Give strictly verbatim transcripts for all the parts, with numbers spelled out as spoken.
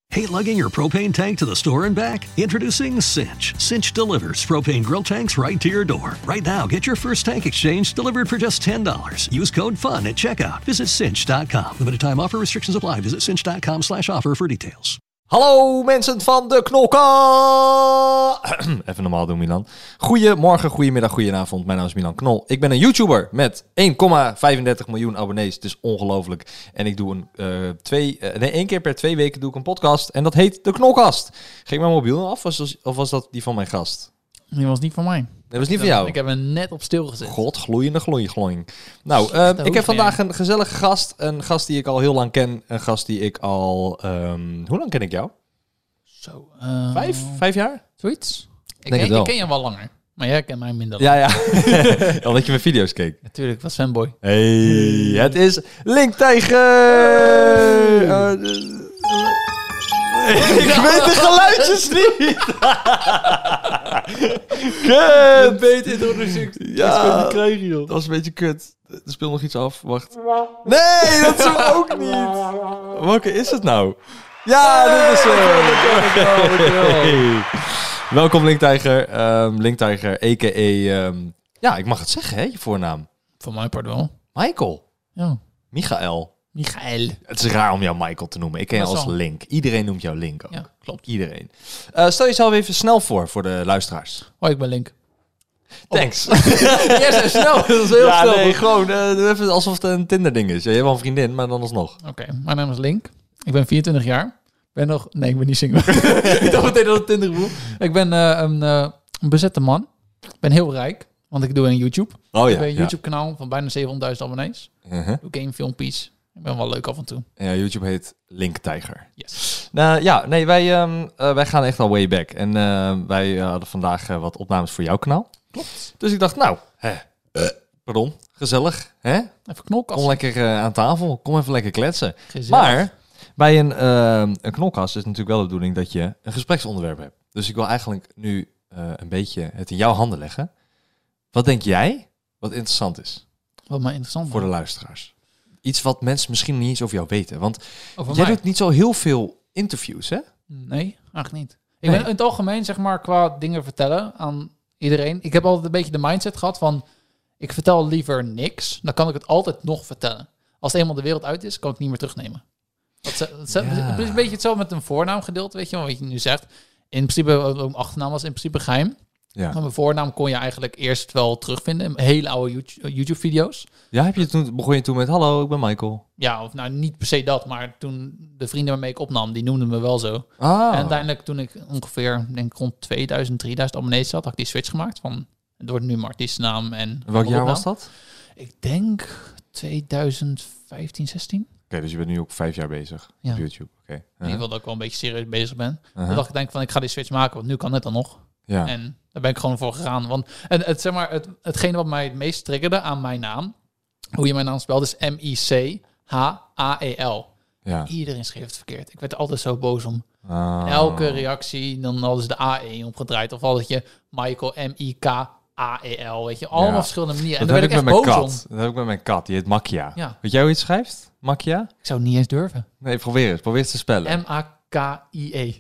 Hate lugging your propane tank to the store and back? Introducing Cinch. Cinch delivers propane grill tanks right to your door. Right now, get your first tank exchange delivered for just ten dollars. Use code FUN at checkout. Visit cinch dot com. Limited time offer, restrictions apply. Visit cinch dot com slash offer for details. Hallo mensen van de Knolka! Even normaal doen, Milan. Goedemorgen, goedemiddag, goedenavond. Mijn naam is Milan Knol. Ik ben een YouTuber met één komma vijfendertig miljoen abonnees. Het is ongelooflijk. En ik doe een, uh, twee, uh, nee, één keer per twee weken doe ik een podcast. En dat heet de Knolkast. Ging mijn mobiel af of, of was dat die van mijn gast? Die was niet van mij. Dat was niet van jou? Ik heb hem net op stil gezet. God, gloeiende gloei, glooiing. Nou, uh, ik heb vandaag een gezellige gast. Een gast die ik al heel lang ken. Een gast die ik al... Um, hoe lang ken ik jou? Zo. Uh, Vijf? Vijf jaar? Zoiets? Ik Denk ken, wel. ik ken je wel langer. Maar jij kent mij minder Ja, lang. ja. Omdat je mijn video's keek. Natuurlijk, was fanboy. Hey, het is Link Tijger! Uh, ik weet de geluidjes niet! Kut! Beter introductie. Ja, krijgen, joh. dat was een beetje kut. Er speelt nog iets af, wacht. Nee, dat is hem ook niet! Welke is het nou? Ja, dit is hem! Welkom Link Tijger. Um, Link Tijger, a k a. Um, ja, ik mag het zeggen, hè, je voornaam. Voor mijn part wel. Michael. Ja. Michael. Michael. Het is raar om jou Michael te noemen. Ik ken je als Link. Iedereen noemt jou Link ook. Ja, klopt. Iedereen. Uh, stel jezelf even snel voor, voor de luisteraars. Hoi, ik ben Link. Thanks. Oh. Eerst even snel. Dat is heel ja, snel. nee, gewoon uh, even alsof het een Tinder ding is. Ja, je hebt wel een vriendin, maar dan alsnog. Oké, okay, mijn naam is Link. Ik ben vierentwintig jaar. Ik ben nog... Nee, ik ben niet single. Ik dacht meteen dat het Tinder bedoel. Ik ben uh, een, uh, een bezette man. Ik ben heel rijk, want ik doe een YouTube. Oh ja. Ik heb een ja. YouTube-kanaal van bijna zevenhonderdduizend abonnees. Uh-huh. Ik doe gamefilmpjes. Ik ben wel leuk af en toe. Ja, YouTube heet Link Tijger. Yes. Nou ja, nee, wij, um, uh, wij gaan echt al way back. En uh, wij uh, hadden vandaag uh, wat opnames voor jouw kanaal. Klopt. Dus ik dacht, nou, hè, uh, pardon, gezellig, hè? Even knolkast. Kom lekker uh, aan tafel, kom even lekker kletsen. Gezellig. Maar bij een, uh, een knolkast is natuurlijk wel de bedoeling dat je een gespreksonderwerp hebt. Dus ik wil eigenlijk nu uh, een beetje het in jouw handen leggen. Wat denk jij wat interessant is? Wat mij interessant voor de luisteraars. Iets wat mensen misschien niet eens over jou weten. Want over jij mij? doet niet zo heel veel interviews, hè? Nee, eigenlijk niet. Ik Nee. ben in het algemeen, zeg maar, qua dingen vertellen aan iedereen. Ik heb altijd een beetje de mindset gehad van... ik vertel liever niks. Dan kan ik het altijd nog vertellen. Als het eenmaal de wereld uit is, kan ik het niet meer terugnemen. Dat, dat, dat, Ja. Het is een beetje hetzelfde met een voornaamgedeelte, weet je wel, wat je nu zegt. In principe, mijn achternaam was in principe geheim. Ja. Maar mijn voornaam kon je eigenlijk eerst wel terugvinden in hele oude YouTube- YouTube-video's. Ja, heb je toen, begon je toen met hallo, ik ben Michael. Ja, of nou niet per se dat, maar toen de vrienden waarmee ik opnam, die noemden me wel zo. Ah. En uiteindelijk toen ik ongeveer, denk ik rond tweeduizend, drieduizend abonnees had, had ik die switch gemaakt van, het wordt nu mijn artiestennaam en... Welk jaar opnaam. was dat? Ik denk tweeduizend vijftien, zestien. Oké, okay, dus je bent nu ook vijf jaar bezig Ja. op YouTube. Oké. Okay. In ieder geval dat ik wel een beetje serieus bezig ben. Uh-huh. Dan dacht ik denk van, ik ga die switch maken, want nu kan het dan nog. Ja. En daar ben ik gewoon voor gegaan. Want en het, zeg maar, het, hetgene wat mij het meest triggerde aan mijn naam, hoe je mijn naam spelt, is M I C H A E L. Ja. Iedereen schreef het verkeerd. Ik werd er altijd zo boos om. Ah. Elke reactie, dan hadden ze de A E omgedraaid. Of had je Michael M I K A E L. Weet je, allemaal Ja. verschillende manieren. En Dat daar heb werd ik ik met echt mijn boos kat. om. Dat heb ik met mijn kat. Die heet Makia. Ja. Weet jij hoe je het schrijft? Makia? Ik zou het niet eens durven. Nee, probeer het. Probeer het te spellen. M A K I E.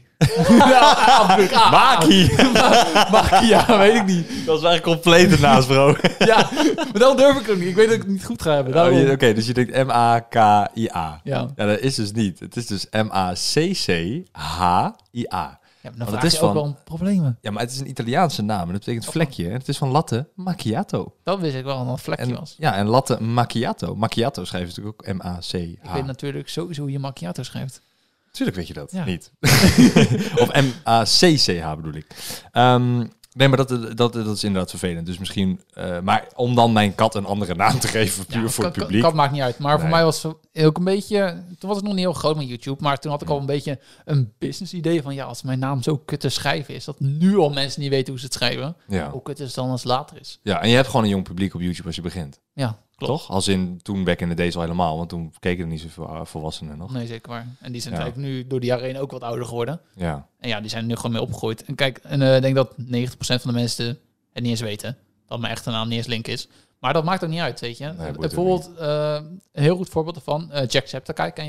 Maki. Makia, weet ik niet. Dat is eigenlijk compleet ernaast, bro. Ja, maar dan durf ik ook niet. Ik weet dat ik het niet goed ga hebben. Oh, Daarom. je- Oké, okay, dus je denkt M A K I A. Ja. Ja, dat is dus niet. Het is dus M A C C H I A. Ja, maar dan Want vraag het is je ook van- wel problemen. Ja, maar het is een Italiaanse naam. En dat betekent vlekje. En het is van latte macchiato. Dat wist ik wel, dat het een vlekje En, was. ja, en latte macchiato. Macchiato schrijven ze natuurlijk ook M A C H. Ik weet natuurlijk sowieso hoe je macchiato schrijft. Tuurlijk weet je dat. Ja. Niet. Of M A C C H bedoel ik. Um, nee, maar dat, dat, dat is inderdaad vervelend. Dus misschien... Uh, maar om dan mijn kat een andere naam te geven, puur Ja, voor het kat- publiek. kat maakt niet uit. Maar voor Nee. mij was het ook een beetje... Toen was ik nog niet heel groot met YouTube. Maar toen had ik al een beetje een business idee van... Ja, als mijn naam zo kut te schrijven is... Dat nu al mensen niet weten hoe ze het schrijven. Ja. Hoe kut is het dan als het later is. Ja, en je hebt gewoon een jong publiek op YouTube als je begint. Ja, klopt. Toch? Als in toen back in the days al helemaal. Want toen keken er niet zoveel uh, volwassenen nog. Nee, zeker waar. En die zijn Ja. eigenlijk nu door de jaren heen ook wat ouder geworden. Ja. En ja, die zijn er nu gewoon mee opgegroeid. En kijk, en, uh, ik denk dat negentig procent van de mensen het niet eens weten. Dat mijn echte naam niet eens Link is. Maar dat maakt ook niet uit, weet je. Nee, Uh, boeit ook bijvoorbeeld, uh, een heel goed voorbeeld ervan. Uh, Jacksepticeye ken je wel.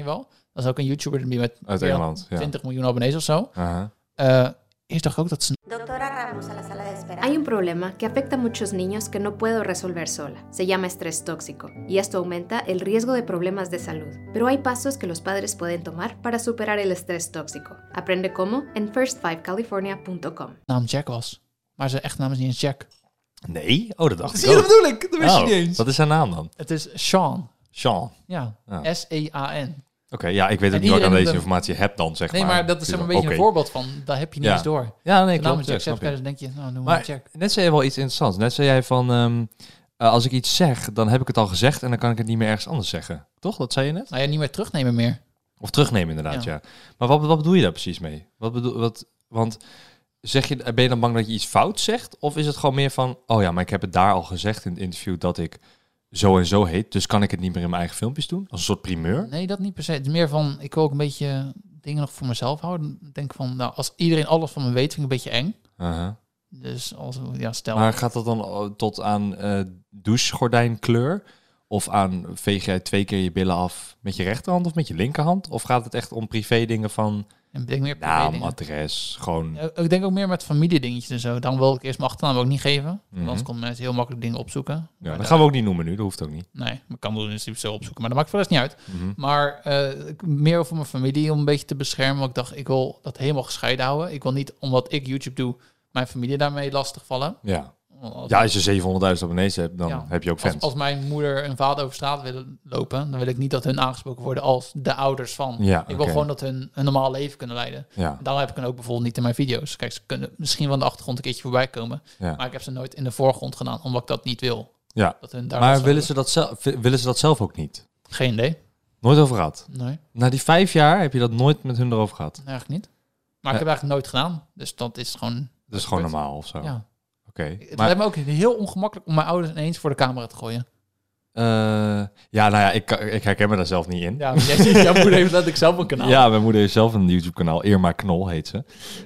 Dat is ook een YouTuber die met Uit Engeland, ja. twintig miljoen abonnees of zo. Uh-huh. Uh, eerst dacht ik ook dat ze... Doctora Ramos a la sala de espera. Hay un problema que afecta a muchos niños que no puedo resolver sola. Se llama estrés tóxico y esto aumenta el riesgo de problemas de salud. Pero hay pasos que los padres pueden tomar para superar el estrés tóxico. Aprende cómo en first five california punto com. naam Jack was. Maar zijn echte naam is niet eens Jack. Nee? Oh, dat dacht Zie ik je, ook. dat bedoel ik? Dat wist Oh, je niet eens. wat is zijn naam dan? Het is Sean. Sean. Ja, Ja. S E A N. Oké, ja, ik weet En ook niet wat ik aan iedereen deze dat- informatie heb dan, zeg Nee, maar. maar dat is zeg maar een beetje Oké. een voorbeeld van. Daar heb je niet Ja. eens door. Ja, nee, De naam klopt. is Ja, Jack snap ik. Sepka, dus denk je, nou, noem Maar maar Jack. net zei je wel iets interessants. Net zei jij van, ehm, uh, als ik iets zeg, dan heb ik het al gezegd en dan kan ik het niet meer ergens anders zeggen. Toch? Dat zei je net? Nou ja, niet meer terugnemen meer. Of terugnemen inderdaad, ja. Ja. Maar wat, wat bedoel je daar precies mee? Wat bedoel, wat, want zeg je, ben je dan bang dat je iets fout zegt? Of is het gewoon meer van, oh ja, maar ik heb het daar al gezegd in het interview dat ik zo en zo heet, dus kan ik het niet meer in mijn eigen filmpjes doen? Als een soort primeur? Nee, dat niet per se. Het is meer van, ik wil ook een beetje dingen nog voor mezelf houden. Ik denk van, nou, als iedereen alles van me weet, vind ik een beetje eng. Uh-huh. Dus als, ja, stel... Maar gaat dat dan oh, tot aan eh douchegordijnkleur? Of aan veeg jij twee keer je billen af met je rechterhand of met je linkerhand? Of gaat het echt om privé dingen van ik denk meer naam, privé dingen. adres, gewoon... Ja, ik denk ook meer met familiedingetjes en zo. Dan wil ik eerst mijn achternaam ook niet geven. Want Mhm. anders konden mensen heel makkelijk dingen opzoeken. Ja, Maar dat daar- gaan we ook niet noemen nu, dat hoeft ook niet. Nee, maar ik kan het in principe zo opzoeken. Maar dat maakt voor de rest niet uit. Mhm. Maar eh, ik- meer over mijn familie om een beetje te beschermen. Want ik dacht, ik wil dat helemaal gescheiden houden. Ik wil niet, omdat ik YouTube doe, mijn familie daarmee lastigvallen. Ja. Want als- ja, als je zevenhonderdduizend abonnees hebt, dan Ja. heb je ook fans. Als, als mijn moeder en vader over straat willen lopen, dan wil ik niet dat hun aangesproken worden als de ouders van. Ja, ik wil oké. gewoon dat hun een normaal leven kunnen leiden. Ja, En daarom heb ik hen ook bijvoorbeeld niet in mijn video's. Kijk, ze kunnen misschien wel aan de achtergrond een keertje voorbij komen. ja. Maar ik heb ze nooit in de voorgrond gedaan, omdat ik dat niet wil. ja. Dat hun daar Maar last willen van ze, dat zelf, willen ze dat zelf ook niet? hebben. Geen idee. Nooit over gehad? Nee, Na die vijf jaar heb je dat nooit met hun erover gehad? eigenlijk niet. Ja. Maar ik heb eigenlijk nooit gedaan. Dus dat is gewoon... Dat is gewoon normaal of zo? Ja. Oké. Het Maar, lijkt me ook heel ongemakkelijk om mijn ouders ineens voor de camera te gooien. eh, ja, nou ja, ik, kan- ik herken me daar zelf niet in. Ja, jij, jouw moeder heeft letterlijk zelf een kanaal. Ja, mijn moeder heeft zelf een YouTube-kanaal. Irma Knol heet ze.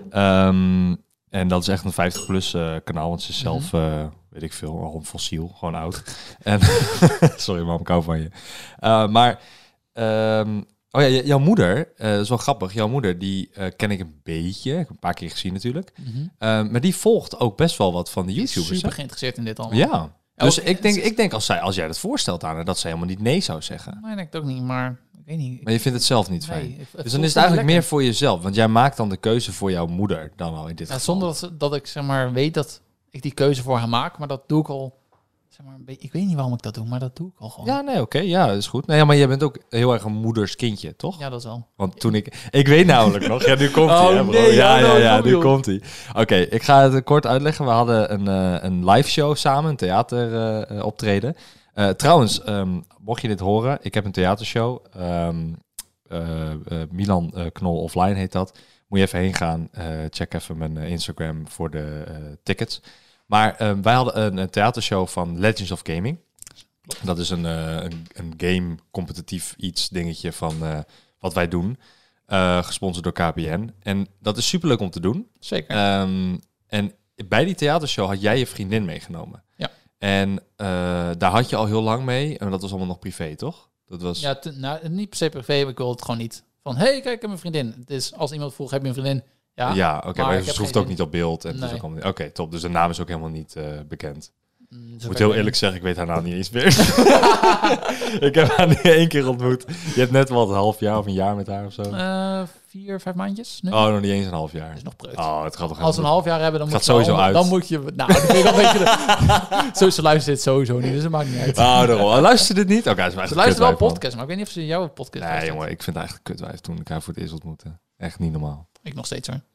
Ehm, en dat is echt een vijftig plus eh, kanaal. Want ze is zelf, eh, weet ik veel, al een fossiel. Gewoon oud. En sorry mam, ik hou van je. Eh, maar, ehm, oh ja, j- jouw moeder, eh, dat is wel grappig. Jouw moeder, die eh, ken ik een beetje. Ik heb een paar keer gezien natuurlijk. Mhm. Eh, maar die volgt ook best wel wat van de Die is YouTubers. super hè? geïnteresseerd in dit allemaal. Ja. Dus ook- ik denk, ik denk als, zij, als jij dat voorstelt aan haar, dat ze helemaal niet nee zou zeggen. Nee, denk ik ook niet, maar ik weet niet. Maar je vindt het zelf niet Nee, fijn. het- het Dus dan voelt is het eigenlijk meer lekker. voor jezelf. Want jij maakt dan de keuze voor jouw moeder dan al in dit Ja, geval. zonder dat, ze- dat ik zeg maar weet dat ik die keuze voor haar maak, maar dat doe ik al. Zeg maar, een beetje- ik weet niet waarom ik dat doe, maar dat doe ik al gewoon. Ja, nee, oké. ja, dat is goed. Nee, ja, maar jij bent ook heel erg een moeders kindje, toch? Ja, dat is wel. Want toen ik... Ik weet namelijk nog... Ja, nu komt hij, Oh, hè, bro. nee, ja, ja, ja, nou, ja, kom, nu joh. komt hij. Oké, ik ga het kort uitleggen. We hadden een, eh, een live show samen, een theater eh, eh, optreden. Eh, trouwens, ehm, mocht je dit horen, ik heb een theatershow. Ehm, eh, eh, Milan eh, Knol Offline heet dat. Moet je even heen gaan. Eh, check even mijn eh, Instagram voor de eh, tickets. Maar ehm, wij hadden een, een theatershow van Legends of Gaming. Dat is een, eh, een, een game competitief iets dingetje van eh, wat wij doen. Eh, gesponsord door K P N. En dat is superleuk om te doen. Zeker. Ehm, en bij die theatershow had jij je vriendin meegenomen. Ja. En eh, daar had je al heel lang mee. En dat was allemaal nog privé, toch? Dat was... Ja, te- nou, niet per se privé, maar ik wil het gewoon niet. Van, hey, kijk, ik heb een vriendin. Het is, als iemand vroeg, heb je een vriendin? Ja. Ja, oké, maar maar, ik heb het hoeft geen ook niet op beeld. En het is Nee. ook allemaal niet- Oké, top. Dus de naam is ook helemaal niet eh, bekend. Mm, Ik zover moet heel ik eerlijk zeggen, ik weet haar naam niet eens meer. Ik heb haar niet één keer ontmoet. Je hebt net wel een half jaar of een jaar met haar of zo. weet. Eh, vier, vijf maandjes nu. Oh, nog niet eens een half jaar. Dat is nog preut. Oh, het gaat toch Als we een helemaal half jaar hebben, dan Het moet gaat je sowieso wel- uit. Dan moet je... Nou, dan kun je dan weet je... De, zo, ze luistert dit sowieso niet, dus dat maakt niet uit. niet. Oh, daarom. Luister dit niet? Oké, okay, ze Ze luistert wel podcast, maar ik weet niet of ze jouw podcast Nee, luistert. jongen, ik vind het eigenlijk kutwijf toen ik haar voor het eerst ontmoette. Echt niet normaal. Ik nog steeds hoor.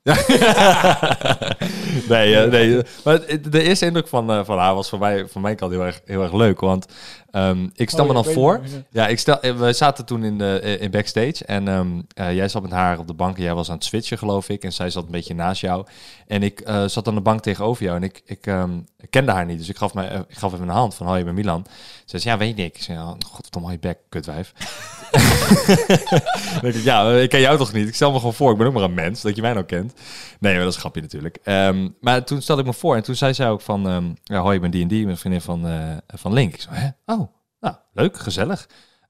nee, eh, nee. eh, Maar het- de eerste indruk van, eh, van haar was voor mij, van mijn kant heel erg, heel erg leuk. Want ehm, ik stel Oh, me ja, dan ik weet voor... het nog, Ja, ik stel, eh, we zaten toen in, de, eh, in backstage en ehm, eh, jij zat met haar op de bank en jij was aan het switchen, geloof ik. En zij zat een beetje naast jou. En ik eh, zat aan de bank tegenover jou en ik, ik ehm, kende haar niet. Dus ik gaf, mij, eh, ik gaf even een hand van, hoi, ik ben Milan. Ze zei, ja, weet ik. Ik zei, ja, godverdomme, hou je bek, kutwijf. Dan denk ik, ja, ik ken jou toch niet? Ik stel me gewoon voor, ik ben ook maar een mens, dat je mij nou kent. Nee, maar dat is een grapje natuurlijk. Ehm, maar toen stelde ik me voor en toen zei zij ook van, ehm, ja, hoi, ik ben die en die, ik ben vriendin van, eh, van Link. Ik zei, hè? Oh, nou, leuk, gezellig. Ehm,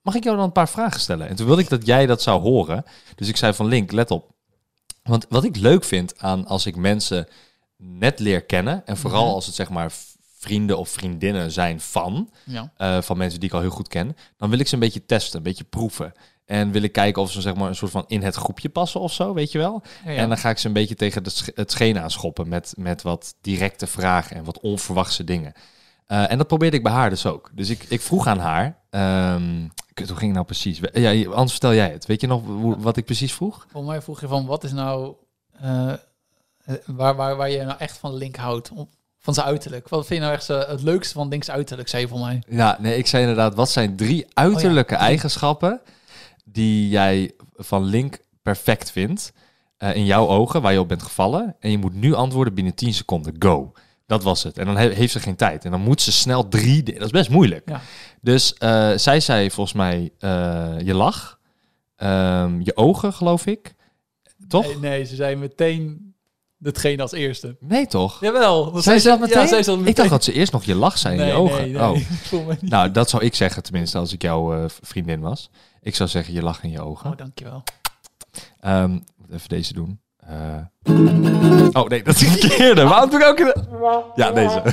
mag ik jou dan een paar vragen stellen? En toen wilde ik dat jij dat zou horen. Dus ik zei van Link, let op. Want wat ik leuk vind aan als ik mensen net leer kennen... en vooral Mhm. als het zeg maar vrienden of vriendinnen zijn van... Ja. Uh, van mensen die ik al heel goed ken... dan wil ik ze een beetje testen, een beetje proeven. En wil ik kijken of ze zeg maar een soort van in het groepje passen of zo, weet je wel? Ja, ja. En dan ga ik ze een beetje tegen het, sch- het scheen aanschoppen... Met, met wat directe vragen en wat onverwachte dingen. Uh, en dat probeerde ik bij haar dus ook. Dus ik, ik vroeg aan haar... Um, kut, hoe ging het nou precies? Ja, anders vertel jij het. Weet je nog hoe, wat ik precies vroeg? Volgens mij vroeg je van, wat is nou... Uh, waar, waar, waar je nou echt van Link houdt... Om, van zijn uiterlijk. Wat vind je nou echt zo, het leukste van Link's uiterlijk, zei je voor mij? Ja, nee, ik zei inderdaad, wat zijn drie uiterlijke oh ja. eigenschappen die jij van Link perfect vindt uh, in jouw ogen, waar je op bent gevallen. En je moet nu antwoorden binnen tien seconden. Go. Dat was het. En dan he- heeft ze geen tijd. En dan moet ze snel drie... Dat is best moeilijk. Ja. Dus uh, zij zei volgens mij uh, je lach, um, je ogen, geloof ik. Toch? Nee, nee, ze zei meteen... Hetgeen als eerste. Nee, toch? Jawel. Zij zei dat meteen? Ja, zij zei dat meteen. Ik dacht dat ze eerst nog je lach zei in nee, je ogen. Nee, nee, oh. voel me niet. Nou, dat zou ik zeggen tenminste als ik jouw uh, vriendin was. Ik zou zeggen je lach in je ogen. Oh, dankjewel. Um, even deze doen. Uh... Oh nee, dat is de verkeerde. Waarom doe ik ook in de... Ja, deze.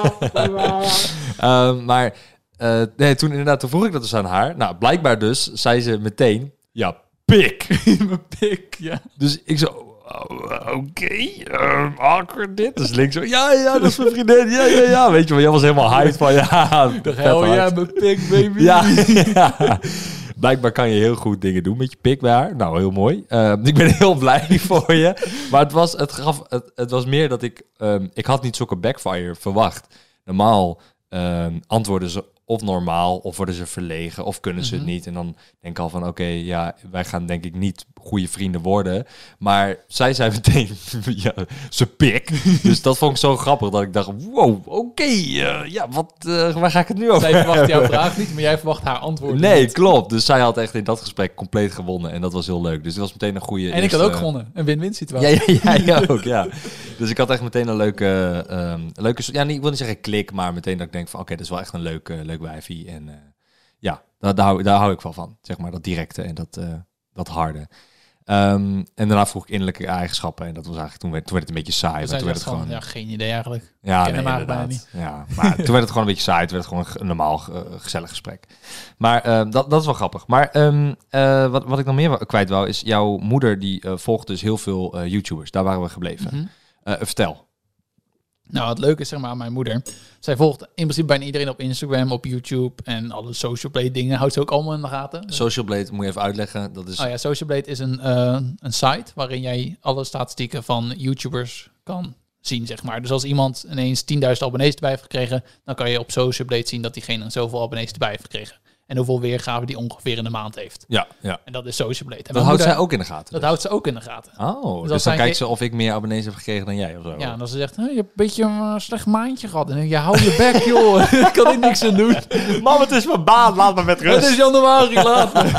um, maar uh, nee, toen inderdaad, toen vroeg ik dat dus aan haar. Nou, blijkbaar dus, zei ze meteen... Ja, pik. Mijn pik, ja. Dus ik zo... Oh, Oké, okay, um, awkward dit. Dus Link zo, ja, ja, dat is mijn vriendin. Ja, ja, ja. Weet je wel, jij was helemaal hyped van, ja. De hel, ja, mijn pik, baby. Ja, ja. Blijkbaar kan je heel goed dingen doen met je pik bij haar. Nou, heel mooi. Uh, ik ben heel blij voor je. Maar het was, het gaf, het, het was meer dat ik... Um, ik had niet zulke backfire verwacht. Normaal um, antwoorden ze of normaal, of worden ze verlegen, of kunnen ze mm-hmm. het niet. En dan denk ik al van, oké, okay, ja, wij gaan denk ik niet goede vrienden worden. Maar zij zei meteen, ja, ze pik. Dus dat vond ik zo grappig, dat ik dacht, wow, oké, okay, uh, ja, wat, uh, waar ga ik het nu over Zij verwacht jouw vraag niet, maar jij verwacht haar antwoord Nee, niet. klopt. Dus zij had echt in dat gesprek compleet gewonnen. En dat was heel leuk. Dus het was meteen een goede... En eerste... ik had ook gewonnen. Een win-win situatie. Ja, ja, ja, ja ook, ja. Dus ik had echt meteen een leuke... Um, leuke ja, niet, ik wil niet zeggen klik, maar meteen dat ik denk van... Oké, okay, dat is wel echt een leuk, uh, leuk wijfie. En uh, ja, daar, daar, hou, daar hou ik wel van. Zeg maar, dat directe en dat, uh, dat harde. Um, en daarna vroeg ik innerlijke eigenschappen. En dat was eigenlijk... Toen werd, toen werd het een beetje saai. Toen toen werd het het gewoon... Ja, geen idee eigenlijk. Ja, ik nee, ken hem bijna niet. Ja, maar toen werd het gewoon een beetje saai. Toen werd het gewoon een normaal, uh, gezellig gesprek. Maar uh, dat, dat is wel grappig. Maar um, uh, wat, wat ik nog meer kwijt wou, is jouw moeder die uh, volgt dus heel veel uh, YouTubers. Daar waren we gebleven. Mm-hmm. Uh, vertel. Nou, het leuke is zeg maar aan mijn moeder. Zij volgt in principe bijna iedereen op Instagram, op YouTube en alle Social Blade dingen. Houdt ze ook allemaal in de gaten. Social Blade, moet je even uitleggen. Dat is... Oh ja, Social Blade is een, uh, een site waarin jij alle statistieken van YouTubers kan zien, zeg maar. Dus als iemand ineens tienduizend abonnees erbij heeft gekregen, dan kan je op Social Blade zien dat diegene zoveel abonnees erbij heeft gekregen. En hoeveel weergaven die ongeveer in de maand heeft. Ja, ja. En dat is Social Blade. En dat houdt moeder, zij ook in de gaten? Dat dus. houdt ze ook in de gaten. Oh, dus, dus dan kijkt ge- ze of ik meer abonnees heb gekregen dan jij of zo. Ja, en als ze zegt, hey, je hebt een beetje een slecht maandje gehad. En dan je hou je bek, joh. Ik kan er niks aan doen. Mam, het is mijn baan, laat me met rust. Het is januari, laat me.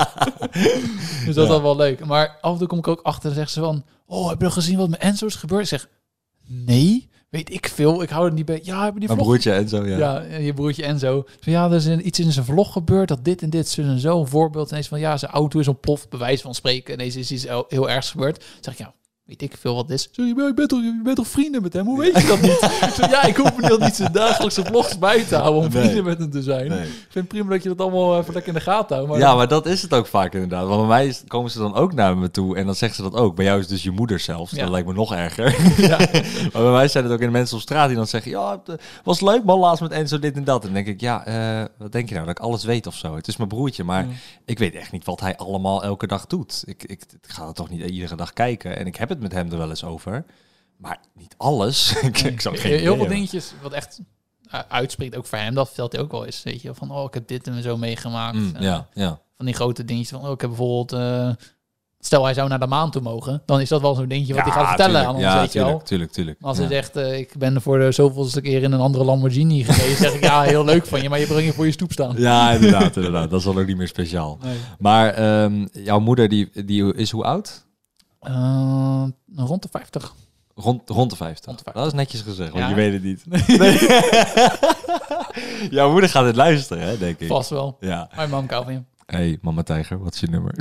Dus dat is ja. wel leuk. Maar af en toe kom ik ook achter en zegt ze van... Oh, heb je nog gezien wat met Enzo is gebeurd? Ik zeg, nee, weet ik veel. Ik hou het niet bij. Ja, hebben die Mijn vlog... broertje Enzo, ja. Ja, je broertje Enzo. Zo, ja, er is een, iets in zijn vlog gebeurd, dat dit en dit, zo en zo. Een voorbeeld ineens van, ja, zijn auto is ontploft, bewijs van spreken. Ineens is iets heel, heel ergs gebeurd. Dan zeg ik, ja, weet ik veel wat dit is. Zo, je, bent toch, je bent toch vrienden met hem? Hoe weet je dat niet? Zo, ja, ik hoef me niet, niet zijn dagelijkse vlogs bij te houden om nee. vrienden met hem te zijn. Nee. Ik vind het prima dat je dat allemaal even lekker in de gaten houdt. Maar ja, dan... maar dat is het ook vaak inderdaad. Want bij mij is, komen ze dan ook naar me toe en dan zeggen ze dat ook. Bij jou is dus je moeder zelfs. Ja. Dat lijkt me nog erger. Ja. Maar bij mij zijn het ook in de mensen op straat die dan zeggen... Ja, het was leuk man, laatst met Enzo dit en dat. En dan denk ik, ja, uh, wat denk je nou? Dat ik alles weet of zo? Het is mijn broertje, maar mm. ik weet echt niet wat hij allemaal elke dag doet. Ik, ik, ik ga er toch niet iedere dag kijken. En ik heb het met hem er wel eens over. Maar niet alles. ik, nee. ik zou geen Heel idee veel hebben. dingetjes wat echt uh, uitspreekt, ook voor hem. Dat vertelt hij ook wel eens. Weet je, van oh, ik heb dit en zo meegemaakt. Mm, uh, ja, ja. Van die grote dingetjes. Van oh, ik heb bijvoorbeeld... Uh, stel, hij zou naar de maan toe mogen. Dan is dat wel zo'n dingetje wat ja, hij gaat vertellen tuurlijk, aan ons, ja, weet tuurlijk, je wel. Tuurlijk, tuurlijk. Maar als ja. hij zegt, uh, ik ben voor de zoveelste keer in een andere Lamborghini geweest, zeg ik, ja, heel leuk van je, maar je brengt je voor je stoep staan. Ja, inderdaad, inderdaad. Dat is dan ook niet meer speciaal. Nee. Maar um, jouw moeder, die, die is hoe oud? Uh, rond de vijftig. Rond, rond de vijftig. Rond de vijftig. Dat is netjes gezegd, want ja. je weet het niet. Nee. Nee. Jouw moeder gaat dit luisteren, hè, denk ik. Vast wel. Ja. Mijn mam kou van je. Hey, mama tijger, wat is je nummer?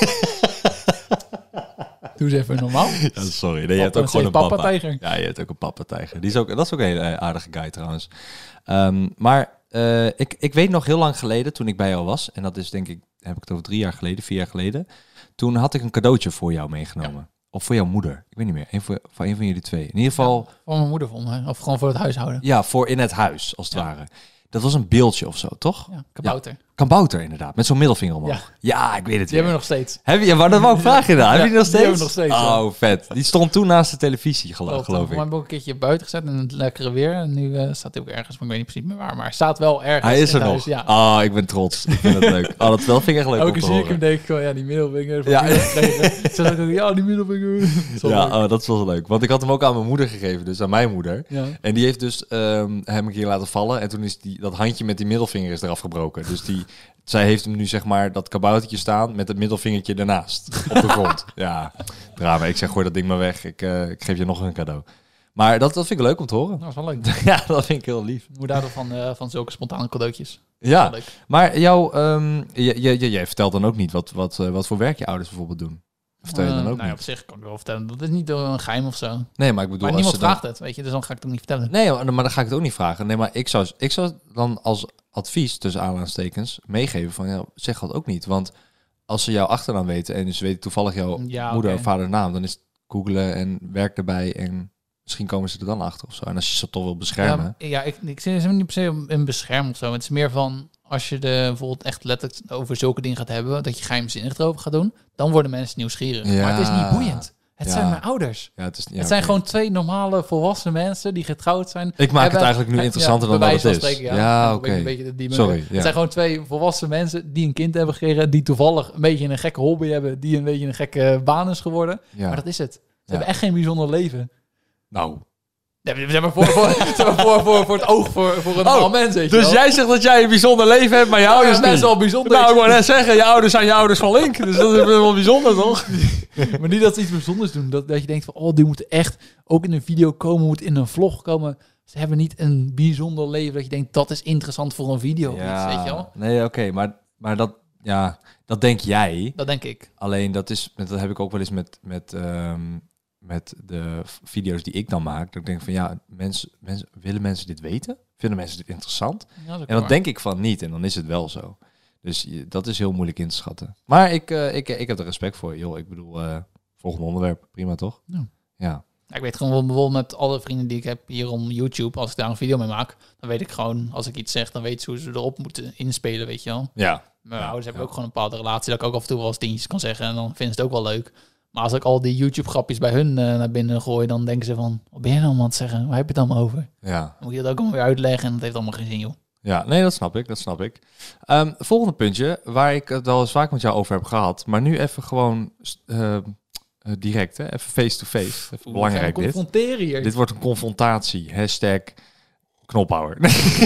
Doe eens even normaal. Ja, sorry, nee, je hebt Papa ook gewoon een zegt papa. papa tijger. Ja, je hebt ook een papa tijger. Die is ook, dat is ook een hele aardige guy trouwens. Um, maar uh, ik, ik weet nog heel lang geleden, toen ik bij jou was, en dat is denk ik, heb ik het over drie jaar geleden, vier jaar geleden, toen had ik een cadeautje voor jou meegenomen. Ja. Of voor jouw moeder. Ik weet niet meer. Een voor, voor een van jullie twee. In ieder geval... Ja, voor mijn moeder vond hè? Of gewoon voor het huishouden. Ja, voor in het huis, als het ja. ware. Dat was een beeldje of zo, toch? Ja, kabouter. Ja. Kabouter, inderdaad. Met zo'n middelvinger omhoog. Ja. ja, ik weet het Die hebben we nog steeds. Heb je? Maar dat wou ik vragen inderdaad. Ja, heb je die nog steeds? Die hebben we nog steeds. Oh, vet. Die stond toen naast de televisie, geloof, Klopt, geloof ik. We hebben ook een keertje buiten gezet in het lekkere weer. En nu uh, staat hij ook ergens, maar ik weet niet precies meer waar. Maar hij staat wel ergens. Hij is er huis, nog. Ja. Oh, ik ben trots. Ik vind het leuk. Oh, dat wel vind ik echt leuk. Elke zie ik hem denk ik gewoon, ja, die middelvinger. Ja. Zeg ik ook, ja, die middelvinger. Ja, oh, dat is wel leuk. Want ik had hem ook aan mijn moeder gegeven, dus aan mijn moeder. Ja. En die heeft dus um, hem een keer laten vallen. En toen is die, dat handje met die middelvinger is eraf gebroken. Dus die, zij heeft hem nu zeg maar dat kaboutertje staan met het middelvingertje ernaast op de grond. Ja, drama. Ik zeg, gooi dat ding maar weg. Ik, uh, ik geef je nog een cadeau. Maar dat, dat vind ik leuk om te horen. Dat is wel leuk. Ja, dat vind ik heel lief. Moet daardoor van, uh, van zulke spontane cadeautjes. Ja, maar jou, um, je, je, je, jij vertelt dan ook niet wat, wat, uh, wat voor werk je ouders bijvoorbeeld doen. Vertel je dan ook uh, niet? Nou ja, op zich kan ik wel vertellen. Dat is niet een geheim of zo. Nee, maar ik bedoel... Maar niemand als vraagt dan... het, weet je. Dus dan ga ik het ook niet vertellen. Nee, maar dan ga ik het ook niet vragen. Nee, maar ik zou, ik zou dan als advies, tussen aanhalingstekens, meegeven van, ja, zeg dat ook niet. Want als ze jouw achternaam weten en dus weten toevallig jouw ja, moeder okay. of vader naam, dan is het googlen en werk erbij en misschien komen ze er dan achter of zo. En als je ze toch wil beschermen... Ja, ja ik, ik zit er niet per se in beschermen of zo. Het is meer van, als je de bijvoorbeeld echt letterlijk over zulke dingen gaat hebben, dat je geheimzinnig erover gaat doen, dan worden mensen nieuwsgierig. Ja. Maar het is niet boeiend. Het Ja. zijn mijn ouders. Ja, het is, ja, het zijn okay. gewoon twee normale volwassen mensen die getrouwd zijn. Ik maak het eigenlijk nu interessanter ja, dan dat het is. Spreken, ja, ja ja oké. okay. Sorry. Het Ja. zijn gewoon twee volwassen mensen die een kind hebben gekregen, die toevallig een beetje een gekke hobby hebben, die een beetje een gekke baan is geworden. Ja. Maar dat is het. Ze Ja. hebben echt geen bijzonder leven. Nou... Nee, zeg maar voor, voor, voor, voor, voor, voor het oog voor, voor een normaal oh, mens. Weet je dus wel. jij zegt dat jij een bijzonder leven hebt, maar je ouders ja, niet. best wel bijzonder. Nou, ik wou net zeggen, je ouders zijn je ouders van Link. Dus dat is wel bijzonder, toch? Maar niet dat ze iets bijzonders doen. Dat, dat je denkt van, oh, die moeten echt ook in een video komen, moet in een vlog komen. Ze hebben niet een bijzonder leven dat je denkt, dat is interessant voor een video. Of Ja, iets, weet je wel? nee, oké, okay, maar, maar dat, ja, dat denk jij. Dat denk ik. Alleen dat is, dat heb ik ook wel eens met, met, um, met de video's die ik dan maak. Dat ik denk van, ja, mensen, mensen, willen mensen dit weten? Vinden mensen dit interessant? Ja, dat en dan waar. denk ik van niet, en dan is het wel zo. Dus je, dat is heel moeilijk in te schatten. Maar ik, uh, ik, ik heb er respect voor, joh. Ik bedoel, uh, volgende onderwerp, prima toch? Ja. Ja. Ja, ik weet gewoon wel, bijvoorbeeld met alle vrienden die ik heb hier om YouTube, als ik daar een video mee maak, dan weet ik gewoon, als ik iets zeg, dan weet ze hoe ze erop moeten inspelen, weet je wel. Ja. Mijn ja, ouders hebben ja. ook gewoon een bepaalde relatie, dat ik ook af en toe wel eens dingetjes kan zeggen en dan vinden ze het ook wel leuk. Maar als ik al die YouTube-grapjes bij hun uh, naar binnen gooi, dan denken ze van, wat ben je nou allemaal aan het zeggen? Waar heb je het allemaal over? Ja. Dan moet je dat ook allemaal weer uitleggen en dat heeft allemaal geen zin, joh. Ja, nee, dat snap ik, dat snap ik. Um, volgende puntje, waar ik het wel eens vaak met jou over heb gehad, maar nu even gewoon uh, uh, direct, hè? Even face-to-face. Even belangrijk dit. Confronteren hier. Dit wordt een confrontatie. Hashtag knophouwer.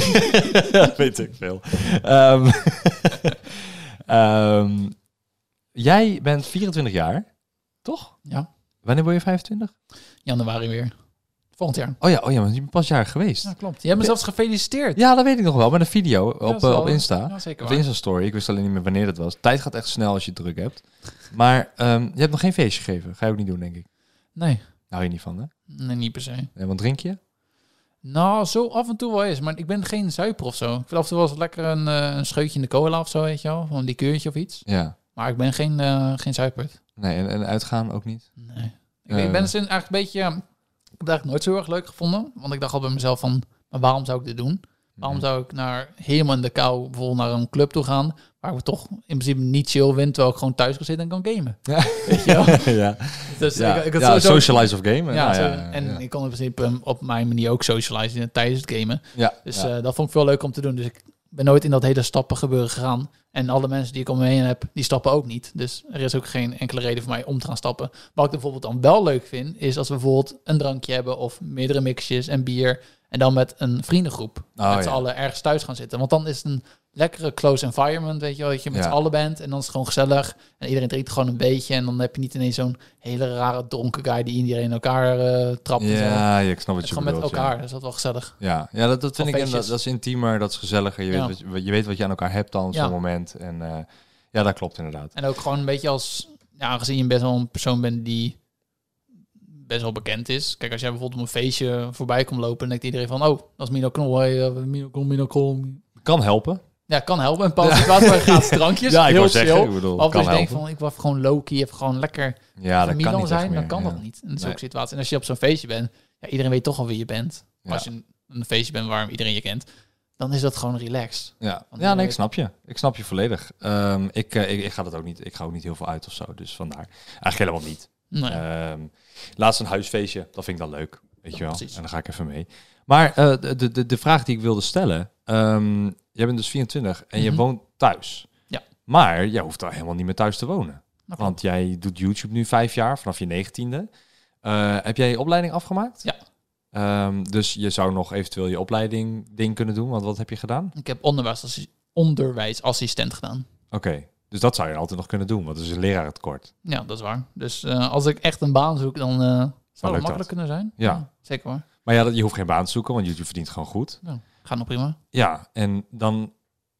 Weet ik veel. Um, um, jij bent vierentwintig jaar, toch? Ja. Wanneer word je vijfentwintig? Januari weer. Volgend jaar. Oh ja, oh ja, want je bent pas jaar geweest. Ja, klopt. Je hebt me zelfs gefeliciteerd. Ja, dat weet ik nog wel. Met een video op, Ja, uh, wel, op Insta. Ja, zeker Op waar. Insta-story. Ik wist alleen niet meer wanneer het was. Tijd gaat echt snel als je het druk hebt. Maar um, je hebt nog geen feestje gegeven. Ga je ook niet doen, denk ik. Nee. Daar hou je niet van, hè? Nee, niet per se. En wat drink je? Nou, zo af en toe wel eens. Maar ik ben geen zuiper of zo. Ik vind af en toe wel eens lekker een, uh, een scheutje in de cola of zo, weet je wel. Of een likeurtje of iets. Ja. Maar ik ben geen, uh, geen zuipert. Nee, en, en uitgaan ook niet? Nee. Ik, Uh, ik ben dus eigenlijk een beetje... Uh, ik heb het eigenlijk nooit zo erg leuk gevonden. Want ik dacht al bij mezelf van... Maar waarom zou ik dit doen? Waarom Mhm. zou ik naar helemaal in de kou bijvoorbeeld naar een club toe gaan... waar ik toch in principe niet chill vind... terwijl ik gewoon thuis kan zitten en kan gamen. Ja. Weet je wel? ja. Dus ja. ik, ik had ja, sowieso... socialize of game. Ja, Nou, zo- ja, ja, en ja. ik kon in principe um, op mijn manier ook socializen tijdens het gamen. Ja, Dus ja. uh, dat vond ik veel leuk om te doen. Dus ik ben nooit in dat hele stappen gebeuren gegaan. En alle mensen die ik om me heen heb, die stappen ook niet. Dus er is ook geen enkele reden voor mij om te gaan stappen. Wat ik bijvoorbeeld dan wel leuk vind, is als we bijvoorbeeld een drankje hebben of meerdere mixjes en bier. En dan met een vriendengroep. Oh, met z'n ja. allen ergens thuis gaan zitten. Want dan is het een lekkere close environment, weet je wel. Dat je met Ja. z'n allen bent en dan is het gewoon gezellig. En iedereen drinkt gewoon een beetje. En dan heb je niet ineens zo'n hele rare dronken guy die iedereen in elkaar uh, trapt. en zo. Ja, ja, ik snap Het wat is je gewoon met bedoelt. elkaar. Ja, Dus dat is wel gezellig. ja. ja dat, dat vind Of ik inderdaad, feestjes. dat is intiemer, dat is gezelliger. Je, Ja. weet wat, je- je weet wat je aan elkaar hebt dan op Ja. zo'n moment. En uh, Ja, dat klopt inderdaad. En ook gewoon een beetje als... Ja, aangezien je best wel een persoon bent die best wel bekend is. Kijk, als jij bijvoorbeeld op een feestje voorbij komt lopen... dan denkt iedereen van... Oh, dat is Mino Knol. Hey, uh, Mino Knol, Mino Knol. Kan helpen. Ja, kan helpen. Een bepaalde situatie waar gratis drankjes. Ja, ik heel wou zeggen, chill. ik bedoel, Of als kan je denkt helpen. van... Ik wil even gewoon low-key, even gewoon lekker... Ja, dat kan niet zijn, echt meer, dan kan ja. dat niet. In Nee. zulke situatie. En als je op zo'n feestje bent... Ja, iedereen weet toch al wie je bent. Maar Ja. als je een, een feestje bent waar iedereen je kent... dan is dat gewoon relaxed. Ja, Want ja nee, ik weet- snap je. Ik snap je volledig. Um, ik, uh, ik, ik ga dat ook niet. Ik ga ook niet heel veel uit of zo. Dus vandaar. Eigenlijk helemaal niet. Nee. Um, laatst een huisfeestje. Dat vind ik dan leuk. Weet je wel. Precies. En dan ga ik even mee. Maar uh, de, de, de vraag die ik wilde stellen. Um, jij bent dus vierentwintig en je Mhm. woont thuis. Ja. Maar jij hoeft daar helemaal niet meer thuis te wonen. Dat Want jij doet YouTube nu vijf jaar, vanaf je negentiende. Uh, heb jij je opleiding afgemaakt? Ja. Um, dus je zou nog eventueel je opleiding ding kunnen doen. Want wat heb je gedaan? Ik heb onderwijsassi- onderwijsassistent gedaan. Oké, okay. Dus dat zou je altijd nog kunnen doen, want het is een lerarentekort. Ja, dat is waar. Dus uh, als ik echt een baan zoek, dan uh, zou het makkelijk dat. kunnen zijn. Ja. Zeker hoor. Maar ja, je hoeft geen baan te zoeken, want YouTube verdient gewoon goed. Ja, gaat nog prima. Ja, en dan...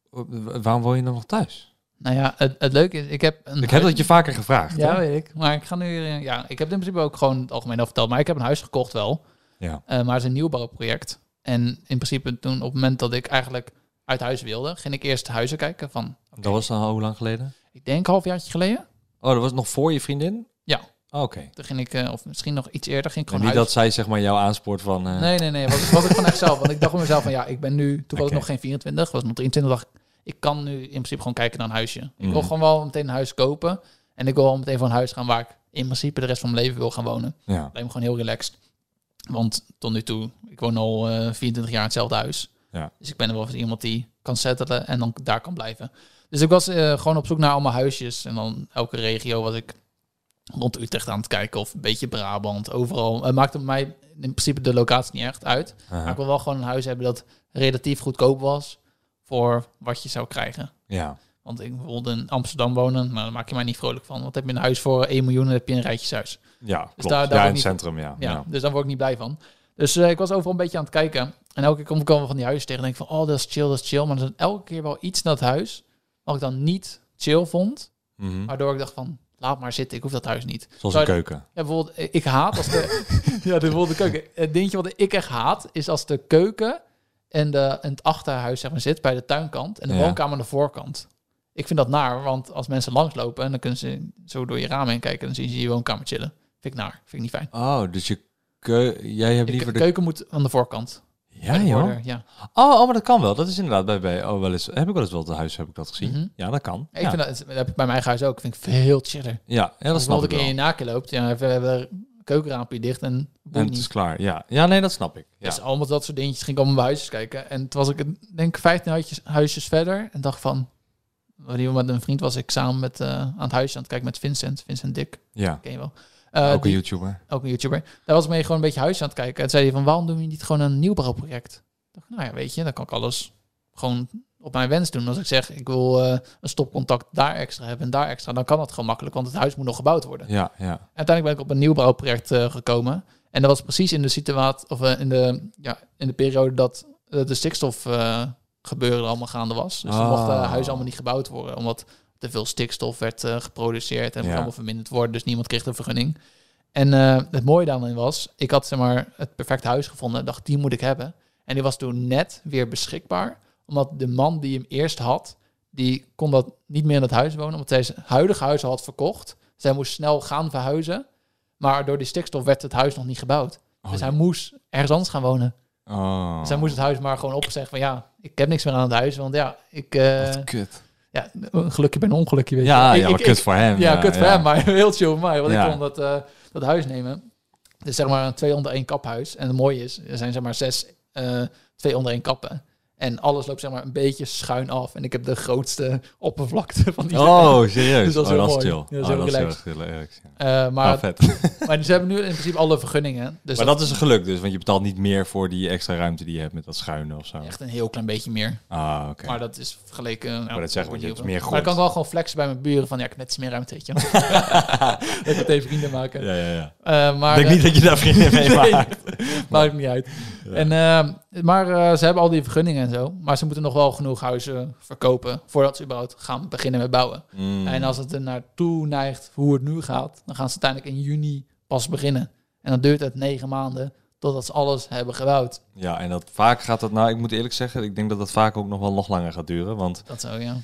Waarom woon je dan nog thuis? Nou ja, het, het leuke is, ik heb... Een ik huis... heb dat je vaker gevraagd. Ja, hè? weet ik. Maar ik ga nu... uh, Ja, ik heb het in principe ook gewoon het algemeen al verteld. Maar ik heb een huis gekocht wel. Ja. Uh, maar het is een nieuwbouwproject. En in principe toen, op het moment dat ik eigenlijk uit huis wilde, ging ik eerst huizen kijken van... Okay, dat was dan hoe lang geleden? Ik denk een halfjaartje geleden. Oh, dat was nog voor je vriendin? Ja. Oh, oké. Okay. Toen ging ik, uh, of misschien nog iets eerder, ging ik En gewoon niet huis... dat zij zeg maar jou aanspoort van... Uh... Nee, nee, nee. Was, was ik gewoon echt zelf. Want ik dacht op mezelf van ja, ik ben nu... Toen was okay. ik nog geen vierentwintig, was ik nog drieëntwintig. Dacht ik, ik kan nu in principe gewoon kijken naar een huisje. Ik Mm. wil gewoon wel meteen een huis kopen. En ik wil wel meteen van een huis gaan waar ik in principe de rest van mijn leven wil gaan wonen. Ja. Lijkt me gewoon heel relaxed. Want tot nu toe, ik woon al uh, vierentwintig jaar in hetzelfde huis. Ja. Dus ik ben er wel eens iemand die kan settelen en dan daar kan blijven. Dus ik was uh, gewoon op zoek naar allemaal huisjes. En dan elke regio was ik rond Utrecht aan het kijken. Of een beetje Brabant, overal. Het maakte mij in principe de locatie niet echt uit. Uh-huh. Maar ik wil wel gewoon een huis hebben dat relatief goedkoop was voor wat je zou krijgen. Ja. Want ik wilde in Amsterdam wonen, maar daar maak je mij niet vrolijk van. Want heb je een huis voor één miljoen en heb je een rijtjeshuis. Ja, klopt. Dus daar, daar ja, in niet, het centrum, ja. ja. ja. Dus daar word ik niet blij van. Dus uh, ik was overal een beetje aan het kijken. En elke keer kom ik al van die huizen tegen en denk van, oh, dat is chill, dat is chill. Maar er is elke keer wel iets in dat huis wat ik dan niet chill vond. Mm-hmm. Waardoor ik dacht van, laat maar zitten, ik hoef dat huis niet. Zoals Zou een je, keuken. Ja, bijvoorbeeld, ik haat als de... ja, bijvoorbeeld de keuken. Het dingetje wat ik echt haat, is als de keuken en, de, en het achterhuis zeg maar, zit bij de tuinkant en de Ja. woonkamer aan de voorkant. Ik vind dat naar, want als mensen langslopen, dan kunnen ze zo door je raam heen kijken en dan zien ze je woonkamer chillen. Vind ik naar, vind ik niet fijn. Oh, dus je keu- jij hebt De liever ke- de... keuken moet aan de voorkant. Ja, Bij de joh. border, ja. Oh, oh, maar dat kan wel. Dat is inderdaad bij, bij oh, wel eens, heb ik wel eens wel het huis heb ik dat gezien. Mhm. Ja, dat kan. Ik ja. vind dat, dat heb ik bij mijn eigen huis ook. Vind ik veel chiller. ja, ja, dat snap Als ik ik in wel. je naken loopt, ja, we hebben er keukenraampje dicht en En boeit het is niet. klaar. Ja. ja, nee, dat snap ik. Ja. Dus allemaal dat soort dingetjes ging ik allemaal bij huisjes kijken. En toen was ik, denk ik, vijftien huisjes, huisjes verder. En dacht van, wanneer met een vriend was ik samen met, uh, aan het huisje aan het kijken met Vincent. Vincent Dik, ja. ken je wel. Uh, Ook die, een YouTuber. ook een YouTuber. Daar was ik mee gewoon een beetje huisje aan het kijken. En zei hij van, waarom doen we niet gewoon een nieuwbouwproject? Ik dacht, nou ja, weet je, dan kan ik alles gewoon op mijn wens doen. Als ik zeg, ik wil uh, een stopcontact daar extra hebben en daar extra, dan kan dat gewoon makkelijk, want het huis moet nog gebouwd worden. Ja, ja. En uiteindelijk ben ik op een nieuwbouwproject uh, gekomen. En dat was precies in de situatie, of uh, in, de, ja, in de periode dat uh, de stikstof uh, gebeuren allemaal gaande was. Dus Oh. dan mochten uh, huizen allemaal niet gebouwd worden, omdat te veel stikstof werd uh, geproduceerd en Ja. moest allemaal verminderd worden. Dus niemand kreeg de vergunning. En uh, het mooie daarin was, ik had zeg maar het perfecte huis gevonden. Dacht, die moet ik hebben. En die was toen net weer beschikbaar, omdat de man die hem eerst had, die kon dat niet meer in het huis wonen, omdat hij zijn huidige huis al had verkocht. Zij moest snel gaan verhuizen, maar door die stikstof werd het huis nog niet gebouwd. Oh, dus ja. hij moest ergens anders gaan wonen. Oh. Dus hij moest het huis maar gewoon opgezegd van ja, ik heb niks meer aan het huis, want ja, ik... Uh, Wat kut. ja, een gelukje bij een ongelukje, weet Ja, je. ja, Ik- maar ik- kut ik- voor hem. Ja, kut voor ja. hem, maar heel chill voor mij, want Ja. ik kon dat, uh, dat huis nemen. Dus zeg maar een twee onder één kaphuis. En het mooie is, er zijn zeg maar zes uh, twee onder één kappen. En alles loopt zeg maar een beetje schuin af. En ik heb de grootste oppervlakte van die Oh, serieus? Dus dat is oh, heel dat is mooi. chill. Ja, dat is oh, heel dat is heel relaxed. erg relaxed, ja. Uh, maar, Ah, vet. maar ze hebben nu in principe alle vergunningen. Dus maar dat is een geluk dus, want je betaalt niet meer voor die extra ruimte die je hebt met dat schuine of zo. echt een heel klein beetje meer. Ah, oké. Maar dat is vergeleken... Nou, Maar dat zeggen, want je hebt meer Maar grond. dan kan ik wel gewoon flexen bij mijn buren van ja, ik heb net iets meer ruimte, weet je. Dat ik meteen vrienden maken. Ja, ja, ja. Uh, maar, Ik denk uh, niet dat je daar vrienden mee nee, maakt. maakt niet uit. Ja. En, uh, maar uh, ze hebben al die vergunningen en zo. Maar ze moeten nog wel genoeg huizen verkopen voordat ze überhaupt gaan beginnen met bouwen. Mm. En als het er naartoe neigt hoe het nu gaat, dan gaan ze uiteindelijk in juni pas beginnen. En dan duurt het negen maanden totdat ze alles hebben gebouwd. Ja, en dat vaak gaat dat, nou, ik moet eerlijk zeggen, ik denk dat dat vaak ook nog wel nog langer gaat duren. Want dat zo, ja.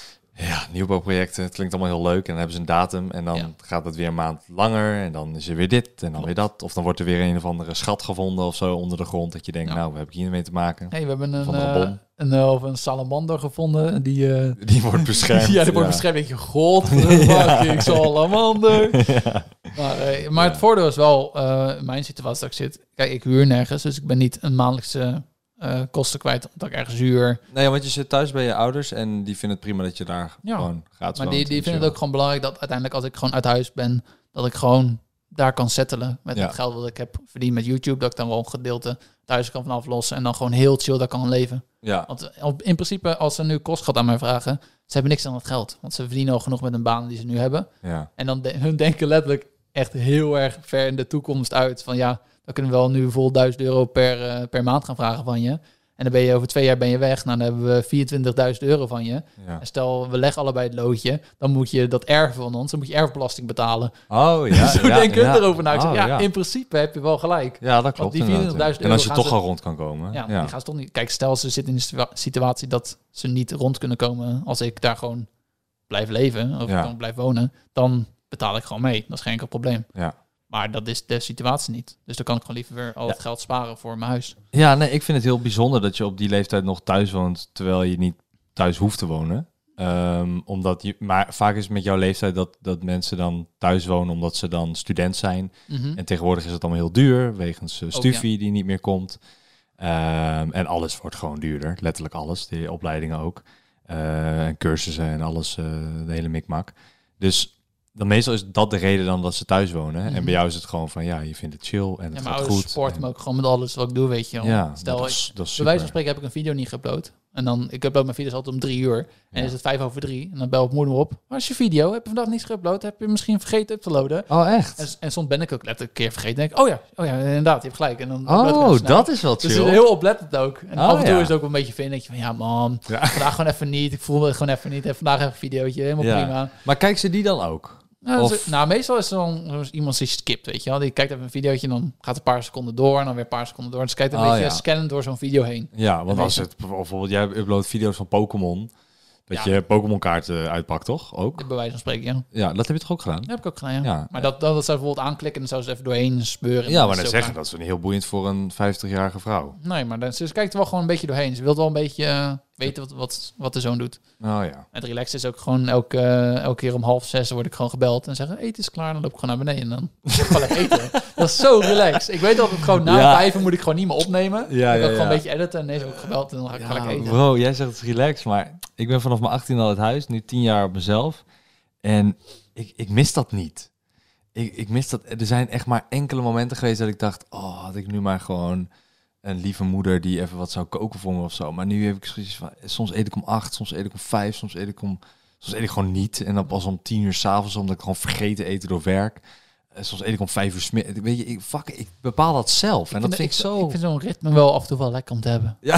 Ja, nieuwbouwprojecten, het klinkt allemaal heel leuk. En dan hebben ze een datum en dan ja. gaat het weer een maand langer. En dan is er weer dit en dan Klopt. weer dat. Of dan wordt er weer een of andere schat gevonden of zo onder de grond. Dat je denkt, ja. nou, wat heb ik hiermee te maken? Nee, we hebben een, uh, een, uh, of een salamander gevonden. Die, uh, die wordt beschermd. ja, die wordt ja. beschermd. Weet je, god, fucking salamander. ja. Maar, uh, maar ja. het voordeel is wel, uh, in mijn situatie dat ik zit. Kijk, ik huur nergens, dus ik ben niet een maandelijkse... Uh, kosten kwijt, omdat ik ergens huur. Nee, want je zit thuis bij je ouders en die vinden het prima dat je daar ja. gewoon gaat. Maar die, die vinden het ook gewoon belangrijk dat uiteindelijk als ik gewoon uit huis ben, dat ik gewoon daar kan settelen met ja. het geld wat ik heb verdiend met YouTube, dat ik dan wel een gedeelte thuis kan van aflossen en dan gewoon heel chill daar kan leven. Ja. Want in principe, als ze nu kostgeld aan mij vragen, ze hebben niks aan het geld, want ze verdienen al genoeg met een baan die ze nu hebben. Ja. En dan de, hun denken letterlijk echt heel erg ver in de toekomst uit van ja, dan kunnen we wel nu vol duizend euro per, uh, per maand gaan vragen van je. En dan ben je over twee jaar ben je weg. Nou, dan hebben we vierentwintigduizend euro van je. Ja. En stel, we leggen allebei het loodje. Dan moet je dat erven van ons. Dan moet je erfbelasting betalen. Oh ja. Zo ja, denken we ja. erover na. Ik zeg, oh, ja, ja, in principe heb je wel gelijk. Ja, dat klopt. Die vierentwintigduizend euro. En als je toch ze, al rond kan komen. Ja, ja. die gaan ze toch niet. Kijk, stel ze zitten in de situatie dat ze niet rond kunnen komen. Als ik daar gewoon blijf leven. Of ja. dan blijf wonen. Dan betaal ik gewoon mee. Dat is geen enkel probleem. Ja. Maar dat is de situatie niet. Dus dan kan ik gewoon liever weer al het ja. geld sparen voor mijn huis. Ja, nee, ik vind het heel bijzonder dat je op die leeftijd nog thuis woont, terwijl je niet thuis hoeft te wonen. Um, omdat je, maar vaak is het met jouw leeftijd dat, dat mensen dan thuis wonen omdat ze dan student zijn. Mm-hmm. En tegenwoordig is het allemaal heel duur, wegens uh, stufie oh, ja. die niet meer komt. Um, en alles wordt gewoon duurder, letterlijk alles. De opleidingen ook. Uh, en cursussen en alles, uh, de hele mikmak. Dus... Dan meestal is dat de reden dan dat ze thuis wonen. Mm-hmm. En bij jou is het gewoon van, ja, je vindt het chill en het ja, gaat goed. Sport en... me ook gewoon met alles wat ik doe, weet je wel. Ja, Stel, dat is, dat is bij wijze van spreken heb ik een video niet geüpload. En dan, ik upload mijn video's altijd om drie uur. En ja. is het vijf over drie. En dan bel ik moeder op. Waar is je video? Heb je vandaag niet geüpload? Heb je misschien vergeten up te loaden? Oh, echt? En, en soms ben ik ook letterlijk een keer vergeten. denk ik, oh ja, oh ja, inderdaad, je hebt gelijk. En dan oh, dat is wel chill. Dus het is heel oplettend ook. En oh, af en toe ja. is het ook een beetje vind dat je van, ja man, ja. vandaag gewoon even niet. Ik voel het gewoon even niet. En vandaag even een videootje, helemaal ja. prima. Maar kijk ze die dan ook? Nou, of... nou, meestal is er dan iemand die skipt, weet je wel. Die kijkt even een videootje en dan gaat een paar seconden door en dan weer een paar seconden door. Dus kijkt een oh, beetje ja. scannend door zo'n video heen. Ja, want als het bijvoorbeeld, jij uploadt video's van Pokémon, dat ja. je Pokémon kaarten uitpakt, toch? Ook? Bij wijze van spreken, ja. Ja, dat heb je toch ook gedaan? Dat heb ik ook gedaan, ja. ja. Maar dat, dat, dat zou bijvoorbeeld aanklikken en dan zou ze even doorheen speuren. Ja, maar dan zeggen dat is niet heel boeiend voor een vijftigjarige vrouw. Nee, maar dan, ze kijkt er wel gewoon een beetje doorheen. Ze wil wel een beetje uh, weten wat, wat, wat de zoon doet. Oh ja. Het relaxen is ook gewoon elke, uh, elke keer om half zes word ik gewoon gebeld en zeggen eten is klaar. Dan loop ik gewoon naar beneden en dan ga ik eten. Dat is zo relaxed. Ik weet dat het gewoon na ja. vijf moet ik gewoon niet meer opnemen. Ja, ik ja, ja, gewoon ja. een beetje editen en ineens heb ik gebeld en dan ga ik, ja, ga ik eten. Bro, jij zegt het is relaxed, maar ik ben vanaf mijn achttien al uit huis, nu tien jaar op mezelf. En ik, ik mis dat niet. Ik, ik mis dat. Er zijn echt maar enkele momenten geweest dat ik dacht, oh, had ik nu maar gewoon een lieve moeder die even wat zou koken voor me of zo. Maar nu heb ik zoiets van, soms eet ik om acht, soms eet ik om vijf, soms eet ik om, soms eet ik gewoon niet. En dan pas om tien uur 's avonds, omdat ik gewoon vergeten eten door werk. Soms eet ik om vijf uur smiddag. Weet je, ik, fuck, ik bepaal dat zelf. Ik en dat vind ik, ik zo... Ik vind zo'n ritme wel af en toe wel lekker om te hebben. Ja.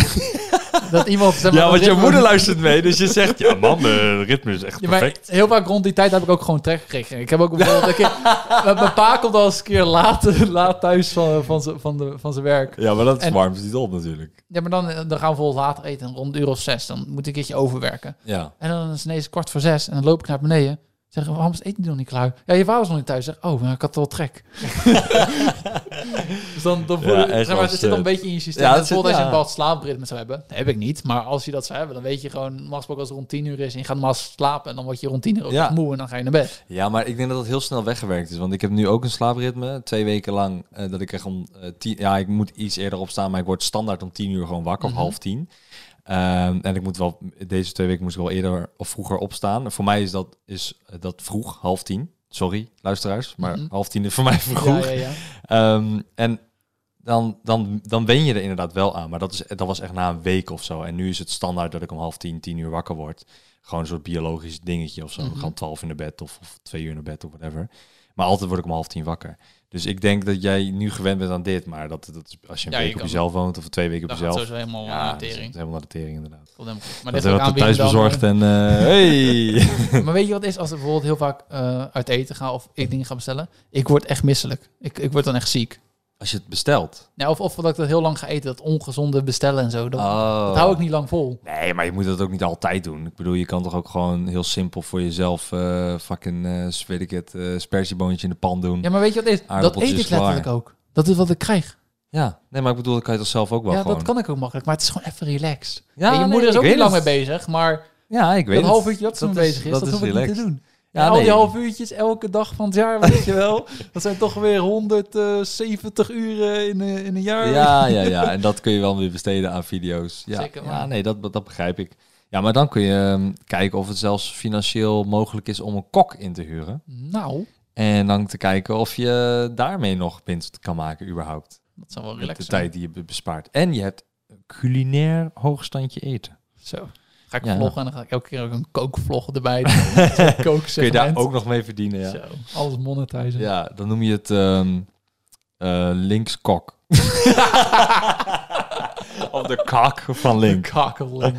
Dat iemand... Zeg maar, ja, want ritme... je moeder luistert mee. Dus je zegt, ja man, de ritme is echt ja, perfect. Heel vaak rond die tijd heb ik ook gewoon trek gekregen. Ik heb ook bijvoorbeeld een keer... Mijn pa komt al eens een keer laat, laat thuis van, van, z- van, de, van zijn werk. Ja, maar dat en, warmt niet op natuurlijk. Ja, maar dan, dan gaan we bijvoorbeeld later eten. Rond een uur of zes. Dan moet ik een keertje overwerken. Ja. En dan is het ineens kwart voor zes. En dan loop ik naar beneden. Zeg, waarom is het eten nog niet klaar? Ja, je vader is nog niet thuis. Zeg, oh, maar ik had wel trek. Dus dan, dan voel je, ja, zeg maar, het zit al een beetje in je systeem. Ja, en bijvoorbeeld als je ja. een bepaald slaapritme zou hebben, dat heb ik niet. Maar als je dat zou hebben, dan weet je gewoon, normaal gesproken als het rond tien uur is en je gaat normaal slapen en dan word je rond tien uur ook ja. moe en dan ga je naar bed. Ja, maar ik denk dat dat heel snel weggewerkt is. Want ik heb nu ook een slaapritme, twee weken lang, uh, dat ik echt om uh, tien, ja, ik moet iets eerder opstaan, maar ik word standaard om tien uur gewoon wakker, mm-hmm. of half tien. Um, en ik moet wel, deze twee weken moest ik wel eerder of vroeger opstaan. Voor mij is dat, is dat vroeg, half tien. Sorry, luisteraars, maar mm-hmm. half tien is voor mij vroeg. Ja, ja, ja. Um, en dan, dan, dan wen je er inderdaad wel aan. Maar dat, is, dat was echt na een week of zo. En nu is het standaard dat ik om half tien, tien uur wakker word. Gewoon een soort biologisch dingetje of zo. Mm-hmm. Gewoon twaalf uur naar bed of, of twee uur naar bed of whatever. Maar altijd word ik om half tien wakker. Dus ik denk dat jij nu gewend bent aan dit, maar dat, dat is, als je een Ja, week je op kan- jezelf woont of twee weken op Dat gaat jezelf. sowieso helemaal Ja, naar dat de is tering. helemaal naar de tering inderdaad. Komt helemaal goed. Maar Dat dit is ook wordt thuis aanbieden dan, bezorgd en uh, hey! Maar weet je wat het is? Als ik bijvoorbeeld heel vaak uh, uit eten ga of ik dingen ga bestellen, ik word echt misselijk. Ik, ik word dan echt ziek. Als je het bestelt. Nou, of, of dat ik dat heel lang ga eten, dat ongezonde bestellen en zo. Dat, Oh. dat hou ik niet lang vol. Nee, maar je moet dat ook niet altijd doen. Ik bedoel, je kan toch ook gewoon heel simpel voor jezelf uh, fucking, uh, weet ik het, uh, spersieboontje in de pan doen. Ja, maar weet je wat het is? Dat Aardappeltjes eet ik letterlijk klaar. ook. Dat is wat ik krijg. Ja, nee, maar ik bedoel, dat kan je toch zelf ook wel ja, gewoon. dat kan ik ook makkelijk. Maar het is gewoon even relaxed. Ja, Ja, je nee, moeder is ik ook niet weet lang het. mee bezig, maar Ja, ik weet dat het. half uurtje dat ze mee bezig is, dat, is hoef ik niet te relaxed. doen. Ja, Ja, al die nee. half uurtjes elke dag van het jaar, weet je wel. Dat zijn toch weer honderdzeventig uren in, een- in een jaar. Ja, ja, ja. En dat kun je wel weer besteden aan video's. Ja, Zeker, ja man. nee, dat, dat begrijp ik. Ja, maar dan kun je um, kijken of het zelfs financieel mogelijk is om een kok in te huren. Nou, En dan te kijken of je daarmee nog winst kan maken überhaupt. dat zou wel Met de relaxed zijn. tijd die je be- bespaart. En je hebt een culinair hoogstandje eten. Zo. Ga ik Ja. vloggen en dan ga ik elke keer ook een kookvlog erbij doen. Zo'n kooksegment. Kun je daar ook nog mee verdienen, ja. Zo, alles monetizen. Ja, dan noem je het um, uh, linkskok. Of de kak van Link. Kakkeling.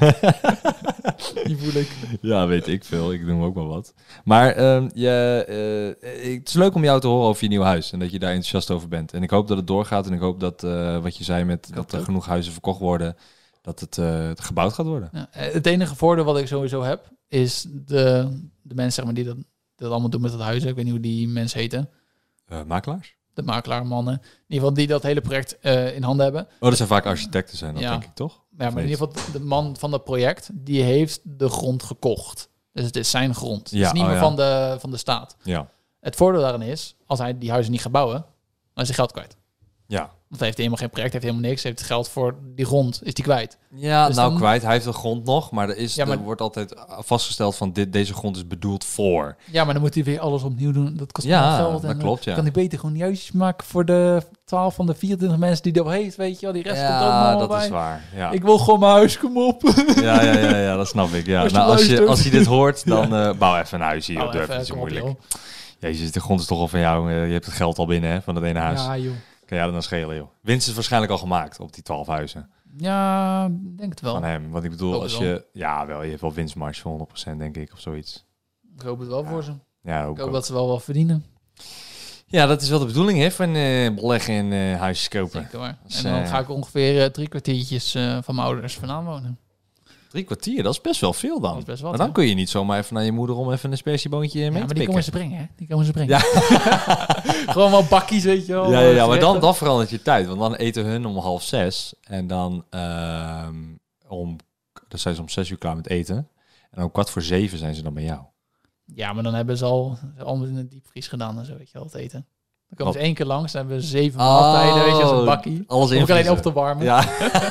Die voel ik. Ja, weet ik veel. Ik noem ook wel wat. Maar um, je, uh, het is leuk om jou te horen over je nieuwe huis. En dat je daar enthousiast over bent. En ik hoop dat het doorgaat. En ik hoop dat, uh, wat je zei met dat er ook. genoeg huizen verkocht worden. Dat het uh, gebouwd gaat worden. Ja, het enige voordeel wat ik sowieso heb, is de, de mensen zeg maar, die dat, dat allemaal doen met dat huis. Ik weet niet hoe die mensen heten. Uh, makelaars? De makelaarmannen. In ieder geval die dat hele project uh, in handen hebben. Oh, dat zijn vaak architecten zijn, dat Ja. denk ik toch? Ja, maar in ieder geval de man van dat project, die heeft de grond gekocht. Dus het is zijn grond. Ja, het is niet oh meer ja. van, de, van de staat. Ja. Het voordeel daarin is, als hij die huizen niet gaat bouwen, dan is hij geld kwijt. Ja. Want hij heeft helemaal geen project, heeft helemaal niks. Hij heeft het geld voor die grond, is die kwijt. Ja, Dus nou dan- kwijt. Hij heeft de grond nog, maar er, is, Ja, maar- er wordt altijd vastgesteld van dit, deze grond is bedoeld voor. Ja, maar dan moet hij weer alles opnieuw doen. Dat kost Ja, allemaal geld. dat en, klopt, ja. Kan hij beter gewoon juistjes maken voor de twaalf van de vierentwintig mensen die dat heeft, weet je wel. Die rest komt ook Ja, nog dat bij. is waar. Ja. Ik wil gewoon mijn huis, kom op. Ja, ja, ja, ja, dat snap ik. Ja. Als je Nou, als, je, luistert. als je dit hoort, dan eh, bouw even een huis hier. Nou, op Durf, even, dat is kom op, moeilijk. joh. Jezus, de grond is toch al van jou. eh, Je hebt het geld al binnen hè, van het ene huis. Ja, joh. Kan jij dat dan schelen, joh? Winst is waarschijnlijk al gemaakt op die twaalf huizen Ja, denk het wel. van hem. Want ik bedoel, Hoop als het je... Ja, wel, je hebt wel winstmarge van honderd procent, denk ik, of zoiets. Ik hoop het wel voor ze. Ja, ook, Ik hoop ook. dat ze wel wat verdienen. Ja, dat is wel de bedoeling, hè, van eh, beleggen en eh, huisjes kopen. Zeker waar. Dus, En dan eh, ga ik ongeveer eh, drie kwartiertjes eh, van mijn ouders vandaan wonen. Drie kwartier, dat is best wel veel dan. Dat is best wat, maar dan hè? kun je niet zomaar even naar je moeder om even een spersieboontje mee Ja, te maar die pikken. komen ze brengen, hè? Die komen ze brengen. Ja. Gewoon wel bakkies, weet je wel. Ja, ja, ja, maar dan, gerechten. dan verandert je tijd. Want dan eten hun om half zes. En dan ehm, om, dan zijn ze om zes uur klaar met eten. En om kwart voor zeven zijn ze dan bij jou. Ja, maar dan hebben ze al allemaal in de diepvries gedaan en zo, weet je wel, het eten. Dan komen Wat? ze één keer langs, dan hebben we zeven maaltijden, weet je, als een bakkie. Alles Hoef ik alleen invriezen. op te warmen. Ja.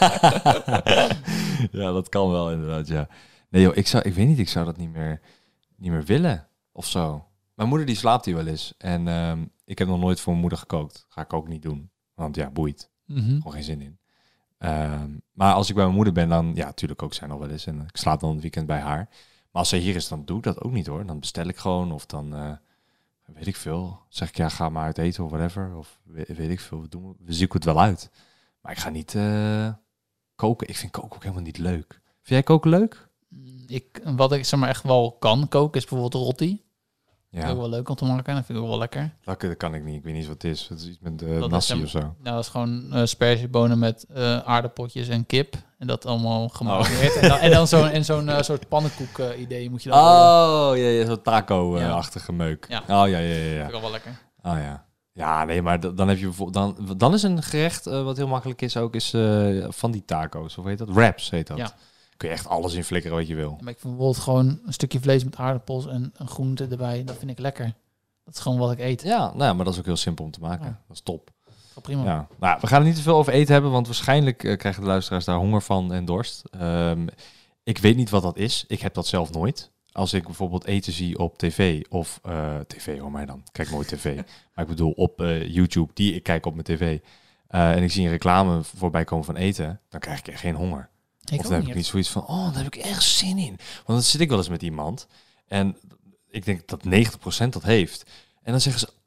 Ja, dat kan wel inderdaad, ja. Nee joh, ik, zou, ik weet niet, ik zou dat niet meer, niet meer willen of zo. Mijn moeder die slaapt hier wel eens. En ehm, ik heb nog nooit voor mijn moeder gekookt. Ga ik ook niet doen. Want ja, boeit. Mhm. Gewoon geen zin in. Ehm, maar als ik bij mijn moeder ben, dan... Ja, natuurlijk ook zij nog wel eens. En ik slaap dan het weekend bij haar. Maar als zij hier is, dan doe ik dat ook niet hoor. Dan bestel ik gewoon. Of dan... eh, weet ik veel. Zeg ik, ja, ga maar uit eten of whatever. Of weet, weet ik veel. We, doen, we zoeken het wel uit. Maar ik ga niet eh, koken. Ik vind koken ook helemaal niet leuk. Vind jij koken leuk? Ik, wat ik zeg maar echt wel kan koken, is bijvoorbeeld rotti. Dat Ja, is ook wel leuk om te maken. Dat vind ik ook wel lekker. dat, dat kan ik niet. Ik weet niet eens wat het is. Het is iets met uh, Dat is nasi hem- of zo. Nou, dat is gewoon uh, sperziebonen met uh, aardappeltjes en kip. En dat allemaal gemarineerd. En dan, en dan zo'n en zo'n uh, soort pannenkoek uh, idee moet je dan rollen. Oh, ja, ja zo'n Ja. taco-achtige meuk. Ja. Oh, ja, ja, ja. Dat ja. vind ik ook wel lekker. Oh ja. Ja, nee, maar d- dan heb je bijvoorbeeld... Dan, dan is een gerecht uh, wat heel makkelijk is ook, is uh, van die taco's. Of hoe heet dat? Wraps heet dat. Ja. Kun je echt alles in flikkeren wat je wil. Maar ik vind bijvoorbeeld gewoon een stukje vlees met aardappels en een groente erbij. Dat vind ik lekker. Dat is gewoon wat ik eet. Ja, nou ja, maar dat is ook heel simpel om te maken. Ja. Dat is top. Wel prima. Ja. Nou, we gaan er niet te veel over eten hebben, want waarschijnlijk uh, krijgen de luisteraars daar honger van en dorst. Um, ik weet niet wat dat is. Ik heb dat zelf nooit. Als ik bijvoorbeeld eten zie op tv of uh, tv, hoor mij dan. Ik kijk nooit tv. Maar ik bedoel op uh, YouTube, die ik kijk op mijn tv. Uh, en ik zie een reclame voorbij komen van eten, dan krijg ik echt geen honger. Ik Of ook dan heb ik niet niet zoiets van, oh, daar heb ik echt zin in. Want dan zit ik wel eens met iemand en ik denk dat negentig procent dat heeft. En dan zeggen ze,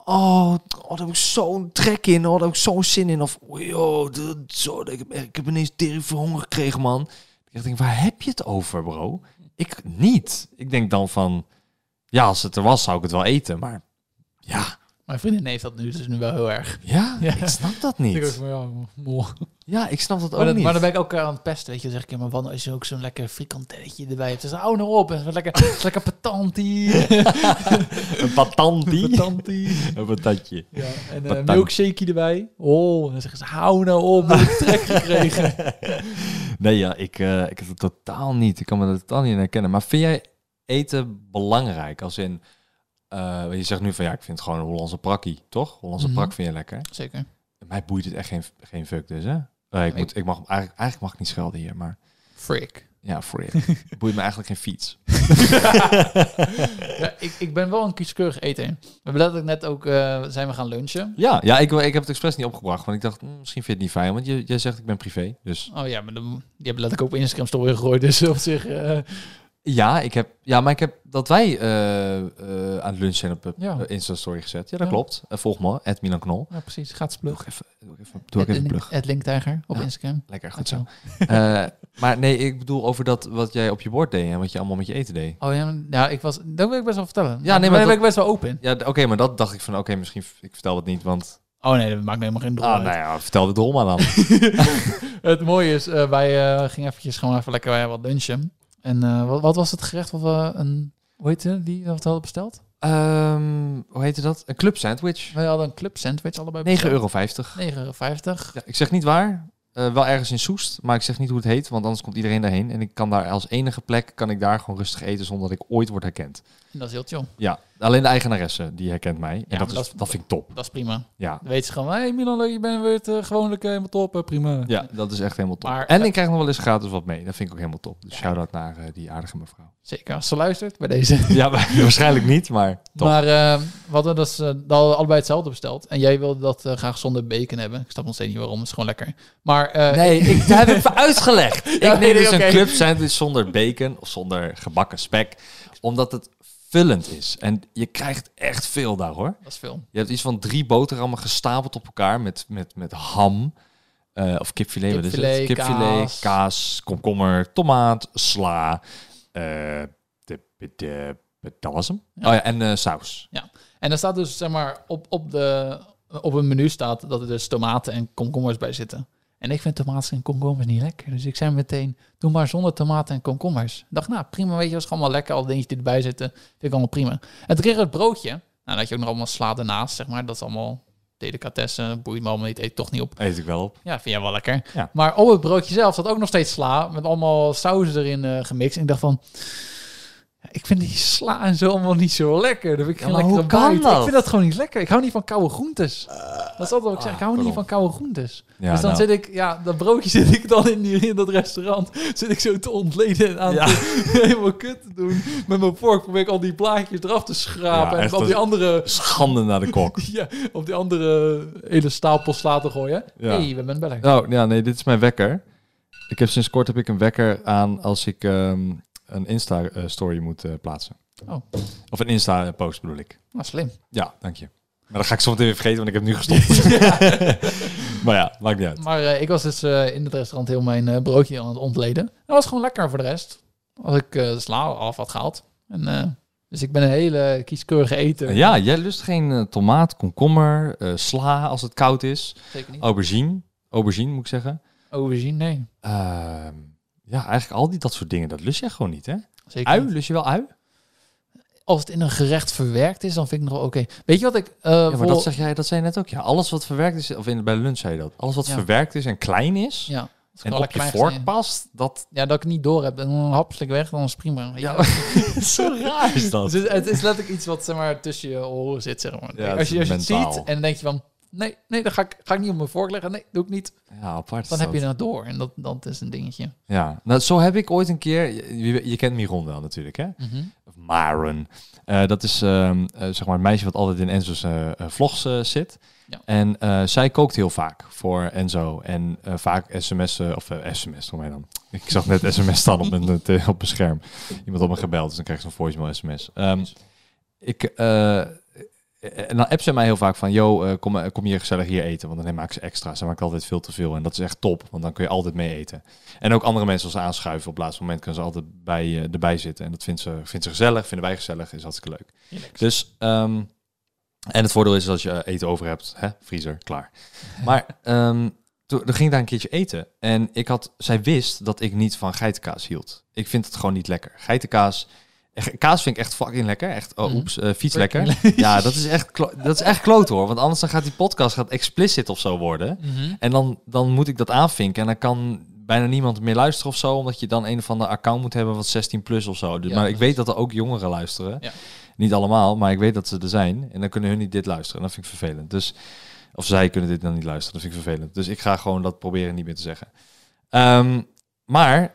oh, oh, daar heb ik zo'n trek in. Oh, daar heb ik zo'n zin in. Of, oh, joh, dat, zo, ik, heb, ik heb ineens tering veel honger gekregen, man. Ik denk, waar heb je het over, bro? Ik niet. Ik denk dan van, ja, als het er was, zou ik het wel eten. Maar ja. Mijn vriendin heeft dat nu dus nu wel heel erg. Ja, Ja. ik snap dat niet. Ik ook van, ja, mooi. Ja, ik snap dat ook Maar, dat, niet. maar dan ben ik ook aan het pesten, weet je. Dan zeg ik, ja, maar wanneer is er ook zo'n lekker frikandelletje erbij? Dus hou nou op, en zo lekker, lekker patantie. Een patantie. Patantie. Een patatje. Ja, en Patant. een milkshake erbij. Oh, en dan zeggen ze, hou nou op, heb ik trek gekregen. Nee, ja, ik, uh, ik heb het totaal niet. Ik kan me dat totaal niet in herkennen. Maar vind jij eten belangrijk? Als in, uh, je zegt nu van, ja, ik vind het gewoon een Hollandse prakkie, toch? Hollandse Mhm. prak vind je lekker. Zeker. Mij boeit het echt geen, geen fuck dus, hè? Uh, ik, Nee. moet, ik mag, eigenlijk, eigenlijk mag ik niet schelden hier, maar Frick. ja, voor je. Het boeit me eigenlijk geen fiets. Ja, ik, ik ben wel een kieskeurig eter. We hebben letterlijk net ook, uh, zijn we gaan lunchen. Ja, ja ik, ik heb het expres niet opgebracht, want ik dacht, hm, misschien vind je het niet fijn, want je, jij zegt ik ben privé, dus... Oh ja, maar dan, die hebben letterlijk ook op Instagram story gegooid, dus op zich... Uh, Ja, ik heb, ja, maar ik heb dat wij uh, uh, aan het lunch zijn op uh, Ja. Insta-story gezet. Ja, dat Ja. klopt. Uh, volg me, at Milan Knol. ja, precies. Gaat Doe plug. ik even, doe ik even, doe ik even plug. Het Linktijger op Ja. Instagram. Lekker, goed Goed zo. zo. Uh, maar nee, ik bedoel over dat wat jij op je bord deed en wat je allemaal met je eten deed. Oh ja, ja, ik was... Dat wil ik best wel vertellen. Ja, nee, maar daar ben dat- ik best wel open in. Ja, d- oké, okay, maar dat dacht ik van, oké, okay, misschien, f- ik vertel het niet, want... Oh nee, dat maakt me helemaal geen drol Ah, uit. nou ja, vertel de drol maar dan. Het mooie is, uh, wij uh, gingen eventjes gewoon even lekker uh, wat lunchen. En uh, wat, wat was het gerecht wat we een... Hoe heet het, die wat we hadden besteld? um, hoe heette dat? Een club sandwich. Wij hadden een club sandwich allebei negen besteld. euro vijftig. negen euro vijftig. Ja, ik zeg niet waar. Uh, wel ergens in Soest, maar ik zeg niet hoe het heet, want anders komt iedereen daarheen. En ik kan daar als enige plek, kan ik daar gewoon rustig eten zonder dat ik ooit word herkend. En dat is heel chill. Ja, alleen de eigenaresse, die herkent mij. En Ja, dat, maar is, dat is- dat vind ik top. Dat is prima. Ja. Dan weet ze gewoon, hé hey Milan, leuk, je bent weer het, uh, gewoonlijk uh, helemaal top, uh, prima. Ja, dat is echt helemaal top. Maar, en uh, ik krijg nog wel eens gratis wat mee. Dat vind ik ook helemaal top. Dus Ja. shout-out naar uh, die aardige mevrouw. Zeker, als ze luistert bij deze. Ja, maar, waarschijnlijk niet, maar top. Maar uh, we hadden dus, uh, dat hadden we allebei hetzelfde besteld. En jij wilde dat uh, graag zonder bacon hebben. Ik snap nog steeds niet waarom, het is gewoon lekker. Maar, uh, Nee, ik, dat heb ik even uitgelegd. Ja, ik nee, neem nee, dus oké. een club sandwich zonder bacon of zonder gebakken spek. Omdat het vullend is. En je krijgt echt veel daar, hoor. dat is veel. Je hebt iets van drie boterhammen gestapeld op elkaar met, met, met ham. Uh, of kipfilet, wat is het? Kipfilet, Kipfilet, kaas. kaas, komkommer, tomaat, sla. Uh, de, de, de, dat was hem. Ja. Oh ja, en uh, saus. En er staat dus, zeg maar, op, op, de, op een menu staat dat er dus tomaten en komkommers bij zitten. En ik vind tomaten en komkommers niet lekker. Dus ik zei meteen, doe maar zonder tomaten en komkommers. Ik dacht, nou prima, weet je, dat is gewoon wel lekker. Alle dingetjes die erbij zitten, vind ik allemaal prima. En toen kreeg ik het broodje. Nou, dan had je ook nog allemaal sla ernaast, zeg maar. Dat is allemaal delicatessen, boeit me allemaal niet, eet toch niet op. Eet ik wel op. Ja, vind jij wel lekker. Ja. Maar op het broodje zelf zat ook nog steeds sla, met allemaal sauzen erin uh, gemixt. En ik dacht van, ja, ik vind die sla en zo allemaal niet zo lekker. Dan vind ik Ja, geen maar lekkere hoe kan bite. dat? Ik vind dat gewoon niet lekker. Ik hou niet van koude groentes. dat is altijd wat ik zeg. Ik hou niet pardon. van koude groentes. Ja, dus dan nou. zit ik, ja, dat broodje zit ik dan in, die, in dat restaurant. Zit ik zo te ontleden en aan Ja. te, helemaal kut te doen. Met mijn vork probeer ik al die blaadjes eraf te schrapen. Ja, en echt, op dat die is- andere, Schande naar de kok. ja, op die andere hele stapel sla te gooien. Ja. Hé, hey, we zijn bellen. Oh, ja, nee, dit is mijn wekker. Ik heb sinds kort heb ik een wekker aan als ik um, een Insta-story moet uh, plaatsen. Oh. Of een Insta-post bedoel ik. Nou, slim. Ja, dank je. Maar dan ga ik zo meteen weer vergeten, want ik heb nu gestopt. Maar ja, maakt niet uit. Maar uh, ik was dus uh, in het restaurant heel mijn uh, broodje aan het ontleden. Dat was gewoon lekker voor de rest. Als ik uh, de sla af had gehaald. En, uh, dus ik ben een hele kieskeurige eter. Ja, jij lust geen uh, tomaat, komkommer, uh, sla als het koud is. Zeker niet. Aubergine. Aubergine moet ik zeggen. Aubergine, nee. Uh, ja, eigenlijk al die dat soort dingen, dat lust jij gewoon niet, hè? Zeker Ui, niet. lust je wel ui? Als het in een gerecht verwerkt is, dan vind ik nog wel oké. Weet je wat ik... Uh, Ja, maar voor... dat zeg jij, dat zei je net ook. Ja, alles wat verwerkt is, of in, bij de lunch zei je dat. Alles wat Ja. verwerkt is en klein is Ja. Als ik en al op lekker je klein vork gesneden- past, dat... Ja, dat ik niet door heb. En dan hapselijk weg, dan is het prima. Weet je Ja, wel. zo raar is dat. Dus het, het is letterlijk iets wat zeg maar, tussen je oren zit. Zeg maar. Ja, het als je, is als je het mentaal. ziet en dan denk je van... Nee, nee, dan ga ik, ga ik niet op mijn vork leggen. Nee, doe ik niet. Ja, apart Dan is heb je dat. het door. En dat, dat is een dingetje. Ja, nou, zo heb ik ooit een keer... Je, je, je kent Miron wel natuurlijk, hè? Of Maren. Uh, dat is um, uh, zeg maar een meisje wat altijd in Enzo's uh, uh, vlogs uh, zit. Ja. En uh, zij kookt heel vaak voor Enzo. En uh, vaak sms'en, of uh, sms, voor mij dan. Ik zag net sms staan op mijn, uh, op mijn scherm. Iemand op me gebeld, dus dan krijg ik zo'n voicemail sms. Um, ik, uh, En dan app ze mij heel vaak van... Yo, uh, kom, kom hier gezellig hier eten. Want dan maak ik ze extra. Ze maken altijd veel te veel. En dat is echt top. Want dan kun je altijd mee eten. En ook andere mensen als ze aanschuiven. Op het laatste moment kunnen ze altijd bij, uh, erbij zitten. En dat vindt ze, vindt ze gezellig. Vinden wij gezellig. Is hartstikke leuk. Relax. Dus... Um, en het voordeel is als je eten over hebt. Hè, vriezer, klaar. Maar... Um, Toen ging ik daar een keertje eten. En ik had, zij wist dat ik niet van geitenkaas hield. Ik vind het gewoon niet lekker. Geitenkaas... Kaas vind ik echt fucking lekker. Echt, oh, oeps, uh, fiets lekker. Ja, dat is echt, klo- dat is echt kloot hoor. Want anders dan gaat die podcast gaat explicit of zo worden. Mm-hmm. En dan, dan moet ik dat aanvinken. En dan kan bijna niemand meer luisteren of zo. Omdat je dan een of ander account moet hebben wat zestien plus of zo. Dus, ja, maar ik weet dat er ook jongeren luisteren. Ja. Niet allemaal, maar ik weet dat ze er zijn. En dan kunnen hun niet dit luisteren. Dat vind ik vervelend. Dus... Of zij kunnen dit dan niet luisteren. Dat vind ik vervelend. Dus ik ga gewoon dat proberen niet meer te zeggen. Um, maar...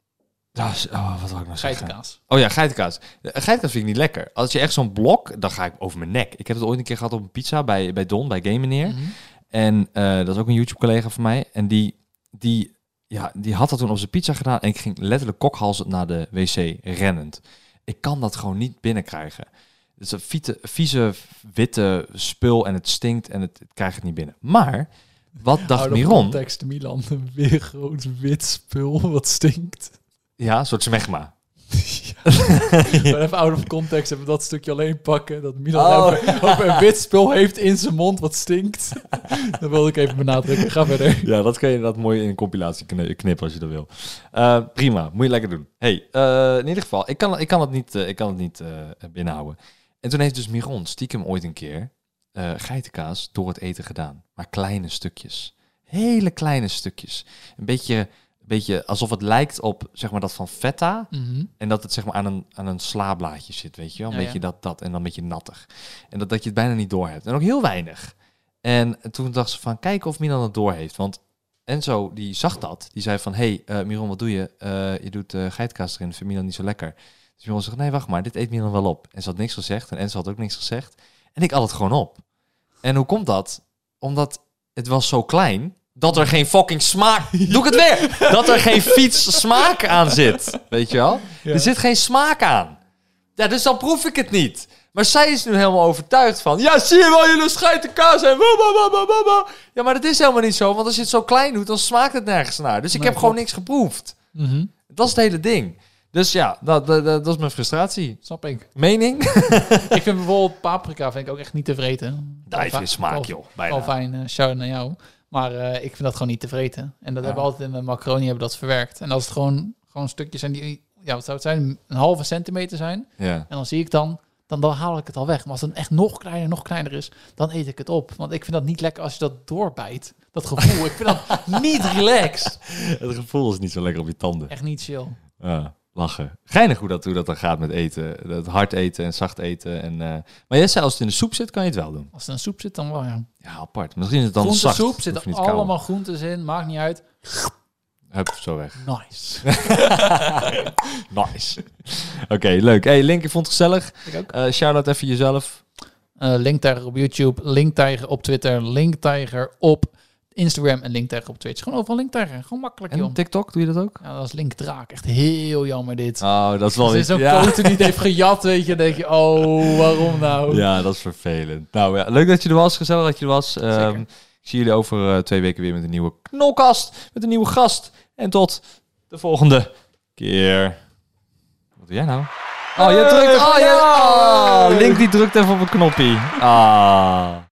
Das, oh, wat wil ik nou zeggen? Geitenkaas. Oh ja, geitenkaas. Geitenkaas vind ik niet lekker. Als je echt zo'n blok... Dan ga ik over mijn nek. Ik heb het ooit een keer gehad op een pizza bij, bij Don, bij Game Meneer. Mm-hmm. En uh, dat is ook een YouTube-collega van mij. En die, die, ja, die had dat toen op zijn pizza gedaan. En ik ging letterlijk kokhalzend naar de wc rennend. Ik kan dat gewoon niet binnenkrijgen. Het is een vieze, vieze, witte spul en het stinkt en het, het krijgt het niet binnen. Maar, wat dacht Out Miron? Context, Milan, weer groot wit spul wat stinkt. Ja, een soort smegma. Ja. Maar even out of context hebben we dat stukje alleen pakken. Dat Milan oh. over, over een wit spul heeft in zijn mond wat stinkt. Dat wilde ik even benadrukken. Ga verder. Ja, dat kan je dat mooi in een compilatie knippen als je dat wil. Uh, prima, moet je lekker doen. Hey, uh, in ieder geval, ik kan, ik kan het niet, uh, ik kan het niet uh, binnenhouden. En toen heeft dus Miron stiekem ooit een keer uh, geitenkaas door het eten gedaan. Maar kleine stukjes. Hele kleine stukjes. Een beetje, een beetje alsof het lijkt op zeg maar dat van feta. Mm-hmm. En dat het zeg maar aan een, aan een slaablaadje zit, weet je wel. Een ja, beetje ja. dat, dat en dan een beetje nattig. En dat, dat je het bijna niet door hebt. En ook heel weinig. En toen dacht ze van, kijk of Milan het door heeft. Want Enzo, die zag dat. Die zei van, hé hey, uh, Miron, wat doe je? Uh, je doet uh, geitenkaas erin. Vindt Milan niet zo lekker. Dus Milan zegt, nee, wacht maar, dit eet Milan wel op. En ze had niks gezegd en Enzo had ook niks gezegd. En ik at het gewoon op. En hoe komt dat? Omdat het was zo klein, dat er geen fucking smaak... Doe ik het weer! Dat er geen fiets smaak aan zit. Weet je wel? Ja. Er zit geen smaak aan. Ja, dus dan proef ik het niet. Maar zij is nu helemaal overtuigd van... Ja, zie je wel, jullie scheiden kaas en... Ja, maar dat is helemaal niet zo. Want als je het zo klein doet, dan smaakt het nergens naar. Dus ik nee, heb gewoon niks geproefd. Mm-hmm. Dat is het hele ding. Dus ja, dat, dat, dat is mijn frustratie. Snap ik. Mening? Ik vind bijvoorbeeld paprika vind ik ook echt niet te vreten. Daar heeft je smaak, joh. Bijna. Al fijn, uh, shout naar jou. Maar uh, ik vind dat gewoon niet te vreten. En dat ja. hebben we altijd in de macaroni hebben dat verwerkt. En als het gewoon, gewoon stukjes zijn die, ja, wat zou het zijn? Een halve centimeter zijn. Ja. En dan zie ik dan, dan, dan haal ik het al weg. Maar als het dan echt nog kleiner, nog kleiner is, dan eet ik het op. Want ik vind dat niet lekker als je dat doorbijt. Dat gevoel, ik vind dat niet relaxed. Het gevoel is niet zo lekker op je tanden. Echt niet chill. Ja. Lachen. Geinig hoe dat, hoe dat dan gaat met eten. Het hard eten en zacht eten. En, uh... Maar jij zei, als het in de soep zit, kan je het wel doen. Als het in de soep zit, dan wel, ja. Ja, apart. Misschien is het dan zacht. Groentesoep zitten allemaal groentes in. Maakt niet uit. Hup, zo weg. Nice. Nice. Oké, okay, leuk. Hey, Link, ik vond het gezellig. Ik ook. Uh, shout-out even jezelf. Uh, Linktijger op YouTube. Linktijger op Twitter. Linktijger op Instagram en Linktijger op Twitch. Gewoon overal Linktijger. Gewoon makkelijk, joh. En TikTok, doe je dat ook? Ja, dat is Linkdraak. Echt heel jammer dit. Oh, dat is wel... Als je zo'n ja. foto niet heeft gejat, weet je, dan denk je, oh, waarom nou? Ja, dat is vervelend. Nou ja, leuk dat je er was. Gezellig dat je er was. Um, ik zie jullie over uh, twee weken weer met een nieuwe knolkast. Met een nieuwe gast. En tot de volgende keer. Wat doe jij nou? Oh, je drukt... Oh, je, oh, Link die drukt even op een knoppie. Ah...